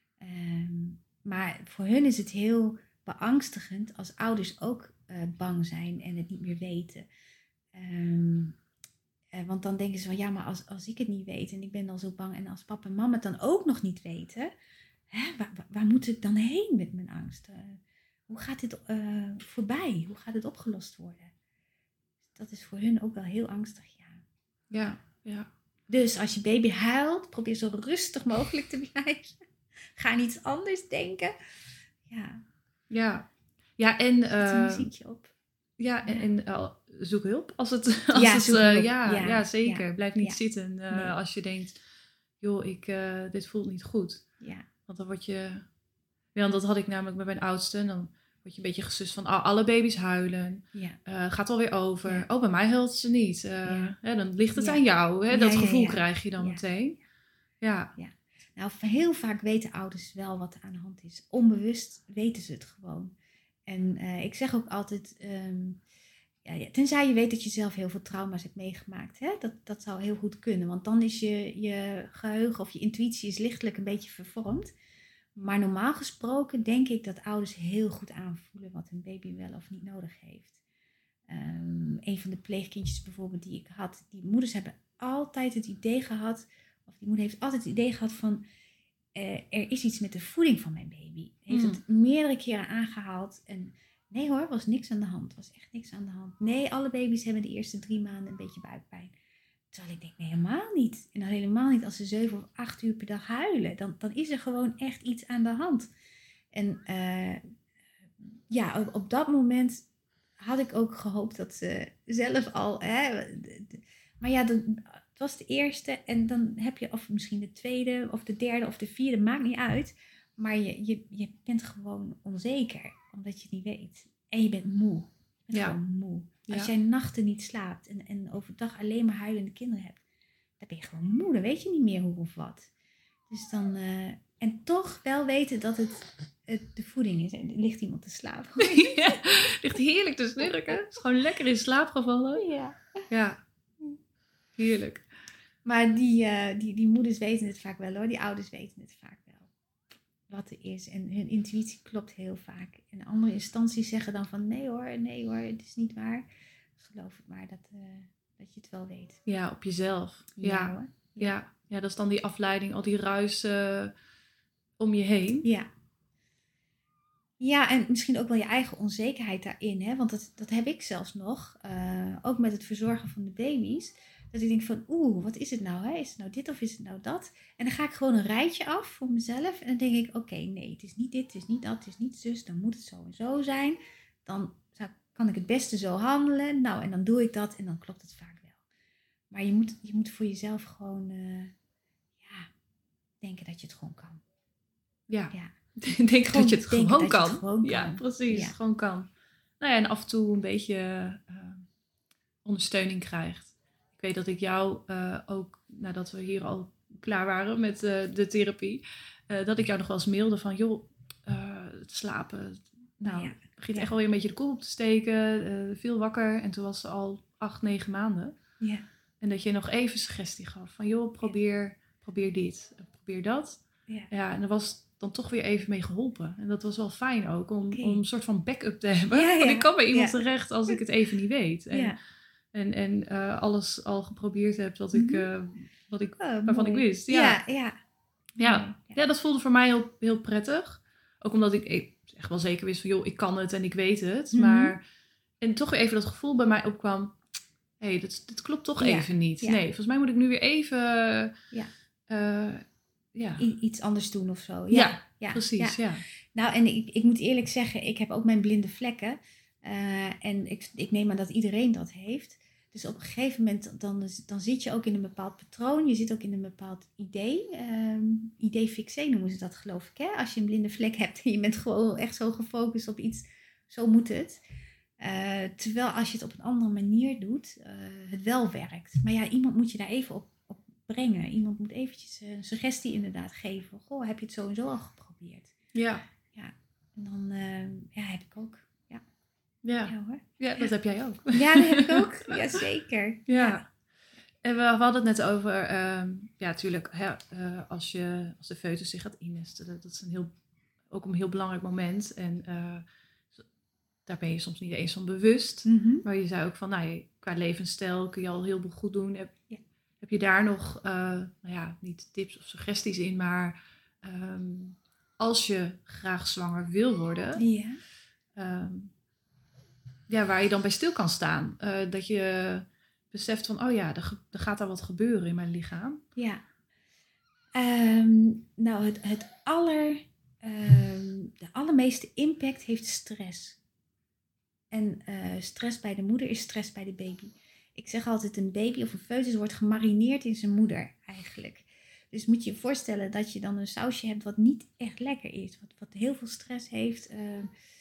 Um, maar voor hun is het heel beangstigend als ouders ook uh, bang zijn en het niet meer weten. Um, uh, want dan denken ze van, ja, maar als, als ik het niet weet en ik ben dan zo bang en als papa en mama het dan ook nog niet weten, hè, waar, waar, waar moet ik dan heen met mijn angst? Uh, hoe gaat dit uh, voorbij? Hoe gaat het opgelost worden? Dat is voor hun ook wel heel angstig, ja. Ja, ja. Dus als je baby huilt, probeer zo rustig mogelijk te blijven. Ga aan iets anders denken. Ja. Ja. Ja, en... Zet een muziekje op. Ja, en, en uh, zoek hulp. Als het, als ja, het, zoek uh, hulp. Ja, ja, ja, zeker. Ja. Blijf niet ja. zitten uh, nee. als je denkt, joh, ik, uh, dit voelt niet goed. Ja. Want dan word je... Ja, want dat had ik namelijk met mijn oudste. Dan word je een beetje gesust van, oh, alle baby's huilen. Ja. Uh, gaat alweer over. Ja. Oh, bij mij huilt ze niet. Uh, ja. Ja, dan ligt het ja. aan jou. Hè? Dat ja, gevoel ja, ja. krijg je dan ja. meteen. Ja. ja. Nou, heel vaak weten ouders wel wat er aan de hand is. Onbewust weten ze het gewoon. En uh, ik zeg ook altijd, um, ja, ja, tenzij je weet dat je zelf heel veel trauma's hebt meegemaakt. Hè? Dat, dat zou heel goed kunnen. Want dan is je, je geheugen of je intuïtie is lichtelijk een beetje vervormd. Maar normaal gesproken denk ik dat ouders heel goed aanvoelen wat hun baby wel of niet nodig heeft. Um, een van de pleegkindjes bijvoorbeeld die ik had, die moeders hebben altijd het idee gehad, of die moeder heeft altijd het idee gehad van, uh, er is iets met de voeding van mijn baby. Heeft mm. het meerdere keren aangehaald en nee hoor, was niks aan de hand. Was echt niks aan de hand. Nee, alle baby's hebben de eerste drie maanden een beetje buikpijn. Terwijl ik denk, nee, helemaal niet. En dan helemaal niet als ze zeven of acht uur per dag huilen. Dan, dan is er gewoon echt iets aan de hand. En uh, ja, op, op dat moment had ik ook gehoopt dat ze zelf al... Hè, de, de, maar ja, de, het was de eerste en dan heb je of misschien de tweede of de derde of de vierde, maakt niet uit. Maar je, je, je bent gewoon onzeker, omdat je het niet weet. En je bent moe. Je bent ja. gewoon moe. Als ja. jij nachten niet slaapt en, en overdag alleen maar huilende kinderen hebt, dan ben je gewoon moe. Dan weet je niet meer hoe of wat. Dus dan, uh, En toch wel weten dat het, het de voeding is. En er ligt iemand te slapen. Ja, ligt heerlijk te snurken. Is gewoon lekker in slaap gevallen. Ja. Ja, heerlijk. Maar die, uh, die, die moeders weten het vaak wel hoor. Die ouders weten het vaak wel. Wat er is. En hun intuïtie klopt heel vaak. En andere instanties zeggen dan van nee hoor, nee hoor, het is niet waar. Geloof het maar dat, uh, dat je het wel weet. Ja, op jezelf. Ja, Ja, hoor. Ja. Ja. Ja, dat is dan die afleiding, al die ruis uh, om je heen. Ja. Ja, en misschien ook wel je eigen onzekerheid daarin. Hè? Want dat, dat heb ik zelfs nog. Uh, ook met het verzorgen van de baby's. Dat ik denk van, oeh, wat is het nou? Hè? Is het nou dit of is het nou dat? En dan ga ik gewoon een rijtje af voor mezelf. En dan denk ik, oké, okay, nee, het is niet dit, het is niet dat, het is niet zus. Dan moet het zo en zo zijn. Dan zou, kan ik het beste zo handelen. Nou, en dan doe ik dat en dan klopt het vaak wel. Maar je moet, je moet voor jezelf gewoon uh, ja, denken dat je het gewoon kan. Ja. Ja. Denk Gewoon dat je het gewoon dat je kan. het gewoon kan. Ja, precies. Ja. Gewoon kan. Nou ja, en af en toe een beetje uh, ondersteuning krijgt. Ik weet dat ik jou uh, ook, nadat we hier al klaar waren met uh, de therapie, uh, dat ik jou nog wel eens mailde van, joh, uh, het slapen, nou, Ja. begint Ja. echt wel weer een beetje de kop op te steken, uh, veel wakker. En toen was ze al acht, negen maanden. Ja. En dat je nog even suggestie gaf van, joh, probeer, ja. probeer dit, probeer dat. Ja. Ja, en er was dan toch weer even mee geholpen. En dat was wel fijn ook, om, Okay. om een soort van backup te hebben. Ja, ja. Want ik kan bij iemand Ja. terecht als ik het even niet weet. En, Ja. en, en uh, alles al geprobeerd heb wat Mm-hmm. ik, uh, wat ik, oh, waarvan mooi. ik wist. Ja, Ja, ja. ja. Ja. ja dat voelde voor mij heel, heel prettig. Ook omdat ik, ik echt wel zeker wist van, joh, ik kan het en ik weet het. Mm-hmm. Maar, en toch weer even dat gevoel bij mij opkwam, hé, hey, dit, dit klopt toch Ja. even niet. Ja. Nee, volgens mij moet ik nu weer even... Ja. Uh, ja. I- iets anders doen of zo. Ja, ja, ja precies. Ja. Ja. Nou, en ik, ik moet eerlijk zeggen, ik heb ook mijn blinde vlekken. Uh, en ik, ik neem aan dat iedereen dat heeft. Dus op een gegeven moment, dan, dan zit je ook in een bepaald patroon. Je zit ook in een bepaald idee. Um, idee fixé noemen ze dat, geloof ik. Hè? Als je een blinde vlek hebt en je bent gewoon echt zo gefocust op iets. Zo moet het. Uh, terwijl als je het op een andere manier doet, uh, het wel werkt. Maar ja, iemand moet je daar even op, op brengen. Iemand moet eventjes een suggestie inderdaad geven. Goh, heb je het zo en zo al geprobeerd? Ja. Ja. En dan uh, ja, heb ik ook. Ja, ja. ja hoor. Ja, dat ja. heb jij ook. Ja, dat heb ik ook. Jazeker. Ja. ja. En we, we hadden het net over, um, ja, natuurlijk, hè, uh, als, je, als de foetus zich gaat innesten, dat, dat is een heel, ook een heel belangrijk moment. En uh, daar ben je soms niet eens van bewust. Mm-hmm. Maar je zei ook van, nou, qua levensstijl kun je al heel veel goed doen. Heb, ja. heb je daar nog, uh, nou ja, niet tips of suggesties in, maar um, als je graag zwanger wil worden, ja. Um, ja, waar je dan bij stil kan staan. Uh, dat je beseft van, oh ja, er, er gaat daar wat gebeuren in mijn lichaam. Ja. Um, nou, het, het aller, um, de allermeeste impact heeft stress. En uh, stress bij de moeder is stress bij de baby. Ik zeg altijd, een baby of een foetus wordt gemarineerd in zijn moeder eigenlijk. Dus moet je je voorstellen dat je dan een sausje hebt wat niet echt lekker is. Wat, wat heel veel stress heeft. Uh,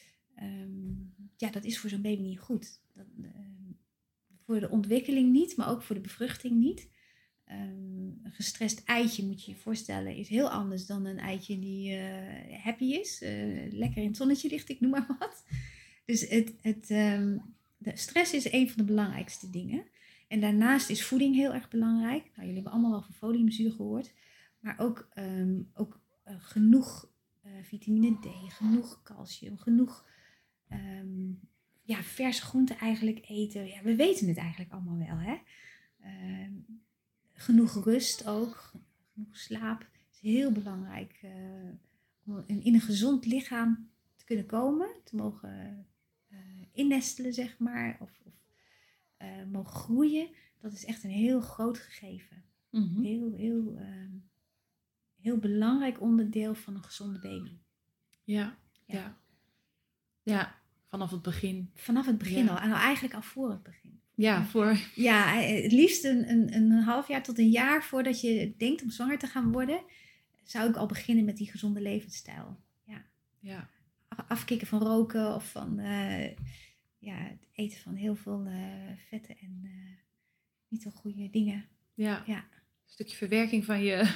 um, ja, dat is voor zo'n baby niet goed. Dat, uh, voor de ontwikkeling niet, maar ook voor de bevruchting niet. Um, een gestrest eitje, moet je je voorstellen, is heel anders dan een eitje die uh, happy is. Uh, lekker in het zonnetje ligt, ik noem maar wat. Dus het, het, um, de stress is een van de belangrijkste dingen. En daarnaast is voeding heel erg belangrijk. Nou, jullie hebben allemaal wel van foliumzuur gehoord. Maar ook, um, ook uh, genoeg uh, vitamine D, genoeg calcium, genoeg um, ja, verse groenten eigenlijk eten. Ja, we weten het eigenlijk allemaal wel, hè. Uh, genoeg rust ook, genoeg slaap is heel belangrijk. Uh, om in een gezond lichaam te kunnen komen, te mogen uh, innestelen, zeg maar, of, of uh, mogen groeien. Dat is echt een heel groot gegeven. Mm-hmm. Heel, heel, uh, heel belangrijk onderdeel van een gezonde baby. Ja, ja. ja. ja vanaf het begin. Vanaf het begin ja. al, en nou eigenlijk al voor het begin. Ja, voor... ja, het liefst een, een, een half jaar tot een jaar voordat je denkt om zwanger te gaan worden, zou ik al beginnen met die gezonde levensstijl. Ja. Ja. Afkicken van roken of van uh, ja, het eten van heel veel uh, vetten en uh, niet zo goede dingen. Ja. ja, een stukje verwerking van je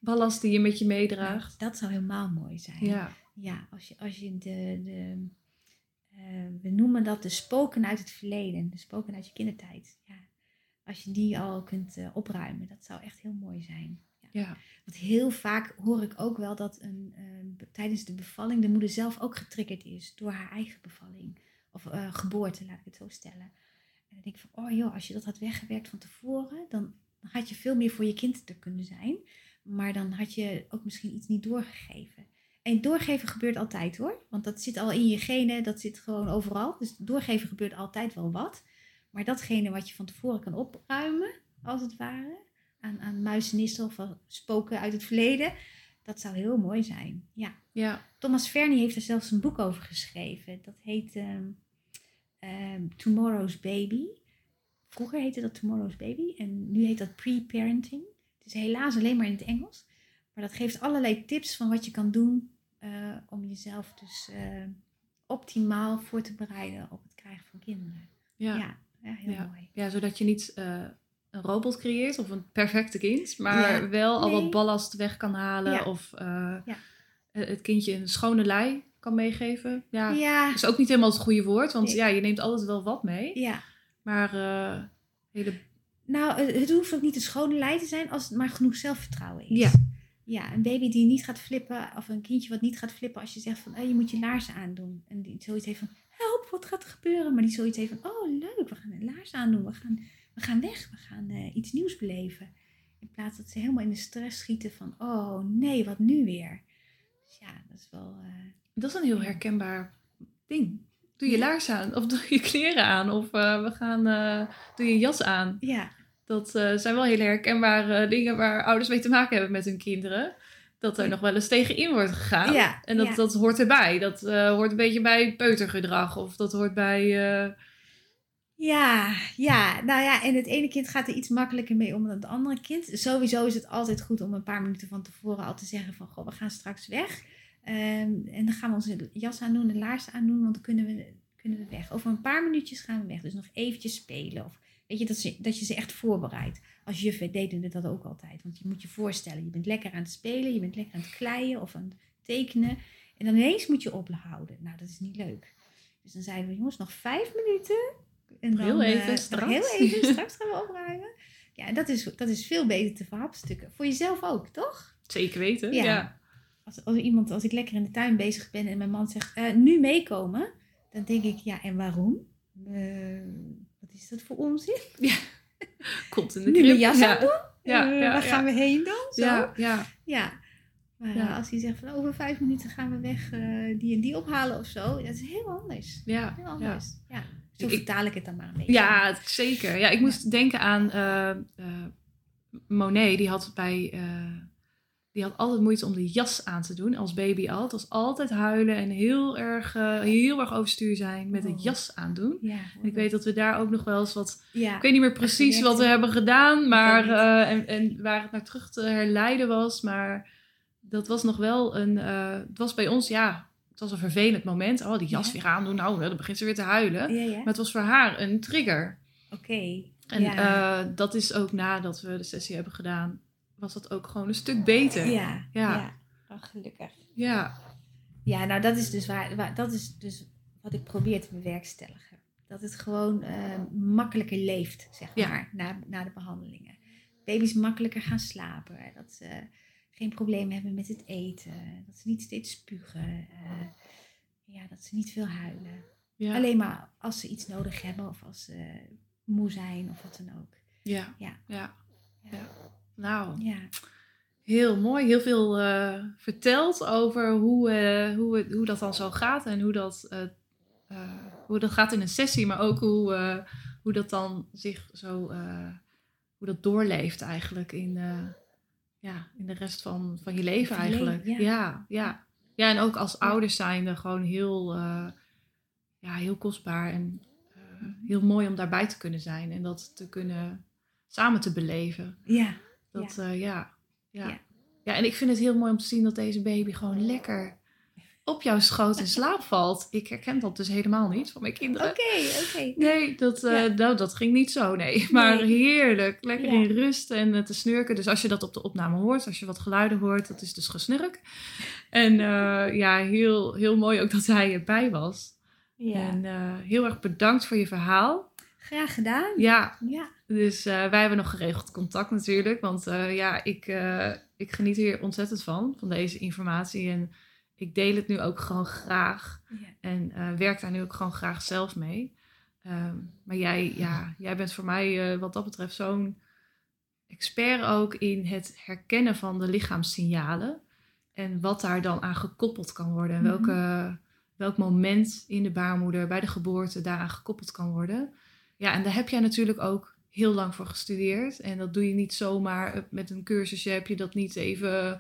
ballast die je met je meedraagt. Nou, dat zou helemaal mooi zijn. Ja. Ja, als je, als je de... de uh, we noemen dat de spoken uit het verleden. De spoken uit je kindertijd. Ja. Als je die al kunt uh, opruimen. Dat zou echt heel mooi zijn. Ja. Ja. Want heel vaak hoor ik ook wel dat een, uh, tijdens de bevalling de moeder zelf ook getriggerd is door haar eigen bevalling. Of uh, geboorte, laat ik het zo stellen. En dan denk ik van, oh joh, als je dat had weggewerkt van tevoren, dan, dan had je veel meer voor je kind te kunnen zijn. Maar dan had je ook misschien iets niet doorgegeven. En doorgeven gebeurt altijd hoor. Want dat zit al in je genen, dat zit gewoon overal. Dus doorgeven gebeurt altijd wel wat. Maar datgene wat je van tevoren kan opruimen, als het ware, aan, aan muizenissen of spoken uit het verleden, dat zou heel mooi zijn. Ja. Ja. Thomas Verny heeft er zelfs een boek over geschreven. Dat heet um, um, Tomorrow's Baby. Vroeger heette dat Tomorrow's Baby en nu heet dat Pre-Parenting. Het is helaas alleen maar in het Engels. Maar dat geeft allerlei tips van wat je kan doen uh, om jezelf dus uh, optimaal voor te bereiden op het krijgen van kinderen. Ja, ja, ja heel ja. mooi. Ja, zodat je niet uh, een robot creëert of een perfecte kind, maar ja. wel al nee. wat ballast weg kan halen ja. of uh, ja. het kindje een schone lei kan meegeven. Ja, ja. dat is ook niet helemaal het goede woord, want nee. ja, je neemt altijd wel wat mee. Ja. Maar uh, hele... Nou, het hoeft ook niet een schone lei te zijn als het maar genoeg zelfvertrouwen is. Ja. Ja, een baby die niet gaat flippen, of een kindje wat niet gaat flippen als je zegt van, oh, je moet je laarzen aandoen. En die zoiets heeft van, help, wat gaat er gebeuren? Maar die zoiets heeft van, oh leuk, we gaan een laars aandoen, we gaan, we gaan weg, we gaan uh, iets nieuws beleven. In plaats dat ze helemaal in de stress schieten van, oh nee, wat nu weer? Dus ja, dat is wel... Uh, dat is een heel herkenbaar ding. Doe je ja. laars aan, of doe je kleren aan, of uh, we gaan, uh, doe je jas aan. Ja. Dat uh, zijn wel hele herkenbare dingen waar ouders mee te maken hebben met hun kinderen. Dat er ja. nog wel eens tegenin wordt gegaan. Ja, en dat, ja. dat hoort erbij. Dat uh, hoort een beetje bij peutergedrag. Of dat hoort bij... Uh... Ja, ja, nou ja, en het ene kind gaat er iets makkelijker mee om dan het andere kind. Sowieso is het altijd goed om een paar minuten van tevoren al te zeggen van, goh, we gaan straks weg. Um, en dan gaan we onze jas aandoen, de laars aandoen, want dan kunnen we, kunnen we weg. Over een paar minuutjes gaan we weg. Dus nog eventjes spelen of... Weet je, dat, ze, dat je ze echt voorbereidt. Als juffen deden we dat ook altijd. Want je moet je voorstellen, je bent lekker aan het spelen, je bent lekker aan het kleien of aan het tekenen. En dan ineens moet je ophouden. Nou, dat is niet leuk. Dus dan zeiden we, jongens, nog vijf minuten. En dan, heel even, uh, straks. Nog heel even, straks gaan we opruimen. Ja, dat is, dat is veel beter te verhapstukken. Voor jezelf ook, toch? Zeker weten, ja. ja. Als, als, iemand, als ik lekker in de tuin bezig ben en mijn man zegt, uh, nu meekomen. Dan denk ik, ja, en waarom? Uh, Wat is dat voor onzin? Ja. Komt in de nu krib. mijn jas ja. aan doen? Ja, uh, ja, waar ja. gaan we heen dan? Zo? Ja, ja. ja. Maar ja. als hij zegt van over vijf minuten gaan we weg uh, die en die ophalen of zo. Dat is heel anders. Ja. Heel anders. Ja. ja. Zo ik, vertaal ik het dan maar een beetje. Ja, zeker. Ja, ik moest ja. denken aan uh, uh, Monet. Die had bij... Uh, Die had altijd moeite om de jas aan te doen. Als baby al. Het was altijd huilen en heel erg, uh, heel erg overstuur zijn met een jas aandoen. Ja, en ik weet dat we daar ook nog wel eens wat... Ja, ik weet niet meer precies wat we hebben gedaan. Maar, uh, en, en waar het naar terug te herleiden was. Maar dat was nog wel een... Uh, het was bij ons, ja... Het was een vervelend moment. Oh, die jas ja. weer aandoen. Nou, dan begint ze weer te huilen. Ja, ja. Maar het was voor haar een trigger. Oké. Okay. En ja. uh, dat is ook nadat we de sessie hebben gedaan... was dat ook gewoon een stuk beter. Ja, ja. ja. Oh, gelukkig. Ja. Ja, nou dat is dus waar, waar, dat is dus wat ik probeer te bewerkstelligen. Dat het gewoon uh, makkelijker leeft, zeg maar, ja. na, na de behandelingen. Baby's makkelijker gaan slapen. Dat ze geen probleem hebben met het eten. Dat ze niet steeds spugen. Uh, ja, dat ze niet veel huilen. Ja. Alleen maar als ze iets nodig hebben of als ze moe zijn of wat dan ook. Ja, ja. ja. ja. Nou, ja. heel mooi. Heel veel uh, verteld over hoe, uh, hoe, het, hoe dat dan zo gaat. En hoe dat, uh, uh, hoe dat gaat in een sessie. Maar ook hoe, uh, hoe dat dan zich zo... Uh, hoe dat doorleeft eigenlijk in, uh, ja, in de rest van, van je leven eigenlijk. Leven, ja. Ja, ja. Ja, en ook als ouders zijnde gewoon heel, uh, ja, heel kostbaar. En uh, heel mooi om daarbij te kunnen zijn. En dat te kunnen samen te beleven. Ja. Dat, ja. Uh, ja, ja. ja. Ja, en ik vind het heel mooi om te zien dat deze baby gewoon lekker op jouw schoot in slaap valt. Ik herken dat dus helemaal niet van mijn kinderen. Oké, okay, oké. Okay. Nee, dat, uh, ja. nou, dat ging niet zo, nee. Maar nee. heerlijk, lekker ja. in rust en uh, te snurken. Dus als je dat op de opname hoort, als je wat geluiden hoort, dat is dus gesnurk. En uh, ja, heel, heel mooi ook dat hij erbij was. Ja. En uh, heel erg bedankt voor je verhaal. Graag gedaan. Ja, ja. Dus uh, wij hebben nog geregeld contact natuurlijk. Want uh, ja, ik, uh, ik geniet hier ontzettend van, van deze informatie. En ik deel het nu ook gewoon graag. Ja. En uh, werk daar nu ook gewoon graag zelf mee. Um, maar jij, ja, jij bent voor mij uh, wat dat betreft zo'n expert ook in het herkennen van de lichaamssignalen. En wat daar dan aan gekoppeld kan worden. En welke, mm-hmm. welk moment in de baarmoeder bij de geboorte daaraan gekoppeld kan worden. Ja, en daar heb jij natuurlijk ook heel lang voor gestudeerd. En dat doe je niet zomaar met een cursusje. Heb je dat niet even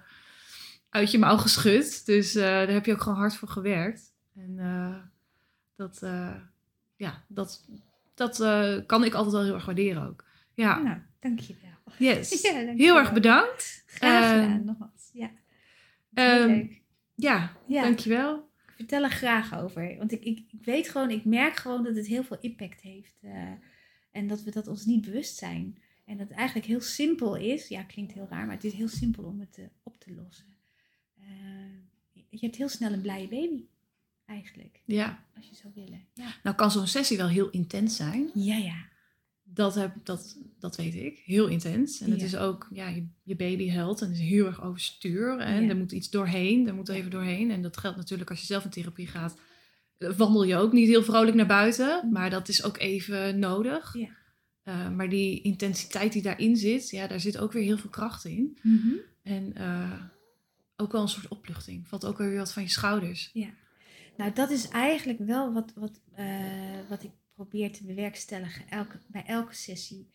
uit je mouw geschud. Dus uh, daar heb je ook gewoon hard voor gewerkt. En uh, dat, uh, ja, dat, dat uh, kan ik altijd wel heel erg waarderen ook. Ja. Nou, dankjewel. Yes. Ja, dankjewel. Heel erg bedankt. Graag gedaan, uh, nogmaals. Ja. Um, leuk. Ja, ja, dankjewel. Ik vertel er graag over. Want ik, ik, ik weet gewoon, ik merk gewoon dat het heel veel impact heeft. Uh, en dat we dat ons niet bewust zijn. En dat het eigenlijk heel simpel is. Ja, klinkt heel raar, maar het is heel simpel om het uh, op te lossen. Uh, je hebt heel snel een blije baby. Eigenlijk. Ja. Als je zou willen. Ja. Nou kan zo'n sessie wel heel intens zijn. Ja, ja. Dat, heb, dat, dat weet ik. Heel intens. En het ja. is ook, ja, je, je baby huilt en het is heel erg overstuur. En ja. er moet iets doorheen. Er moet even doorheen. En dat geldt natuurlijk als je zelf in therapie gaat. Wandel je ook niet heel vrolijk naar buiten. Maar dat is ook even nodig. Ja. Uh, maar die intensiteit die daarin zit, ja, daar zit ook weer heel veel kracht in. Mm-hmm. En uh, ook wel een soort opluchting. Valt ook weer wat van je schouders. Ja. Nou, dat is eigenlijk wel wat, wat, uh, wat ik probeer te bewerkstelligen elke, bij elke sessie.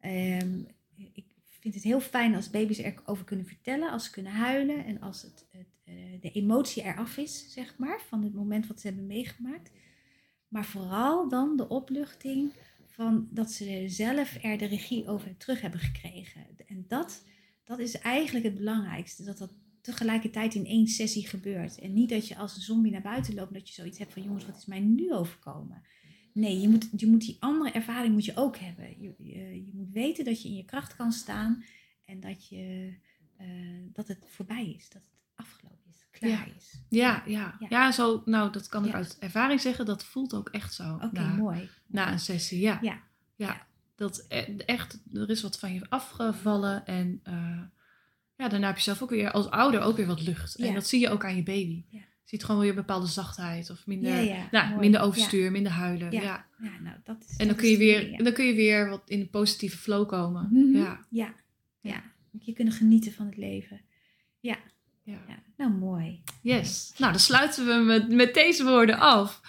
Um, ik vind het heel fijn als baby's erover kunnen vertellen, als ze kunnen huilen en als het, het, uh, de emotie eraf is, zeg maar, van het moment wat ze hebben meegemaakt. Maar vooral dan de opluchting van dat ze zelf er de regie over terug hebben gekregen. En dat, dat is eigenlijk het belangrijkste, dat dat tegelijkertijd in één sessie gebeurt. En niet dat je als een zombie naar buiten loopt, dat je zoiets hebt van, jongens, wat is mij nu overkomen? Nee, je moet, je moet die andere ervaring moet je ook hebben. Je, je, je moet weten dat je in je kracht kan staan en dat, je, uh, dat het voorbij is, dat het afgelopen is, klaar ja. is. Ja, ja. ja. ja zo, nou, dat kan ik ja. uit ervaring zeggen. Dat voelt ook echt zo. Oké, okay, mooi. Na een sessie, ja. Ja. ja. ja. Dat echt, er is wat van je afgevallen en uh, ja, daarna heb je zelf ook weer als ouder ook weer wat lucht. Ja. En dat zie je ook aan je baby. Ja. Je ziet gewoon weer een bepaalde zachtheid of minder, ja, ja, nou, minder overstuur, ja. minder huilen. Ja, ja. ja nou, dat is, en dan kun, je weer, ja. dan kun je weer wat in een positieve flow komen. Mm-hmm. Ja. Ja. ja, je kunt genieten van het leven. Ja. Ja. ja, nou mooi. Yes, nou dan sluiten we met, met deze woorden af.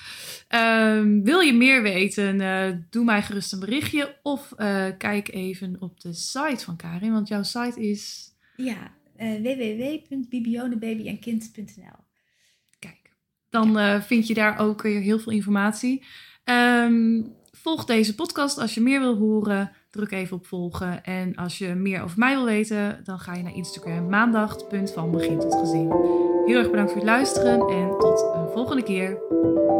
Um, wil je meer weten, uh, doe mij gerust een berichtje of uh, kijk even op de site van Karin, want jouw site is... Ja, uh, w w w punt bibionebabyandkind punt n l. Kijk, dan uh, vind je daar ook weer heel veel informatie. Um, volg deze podcast als je meer wil horen. Druk even op volgen. En als je meer over mij wil weten, dan ga je naar Instagram maandag, punt van begin tot gezin. Heel erg bedankt voor het luisteren en tot een volgende keer.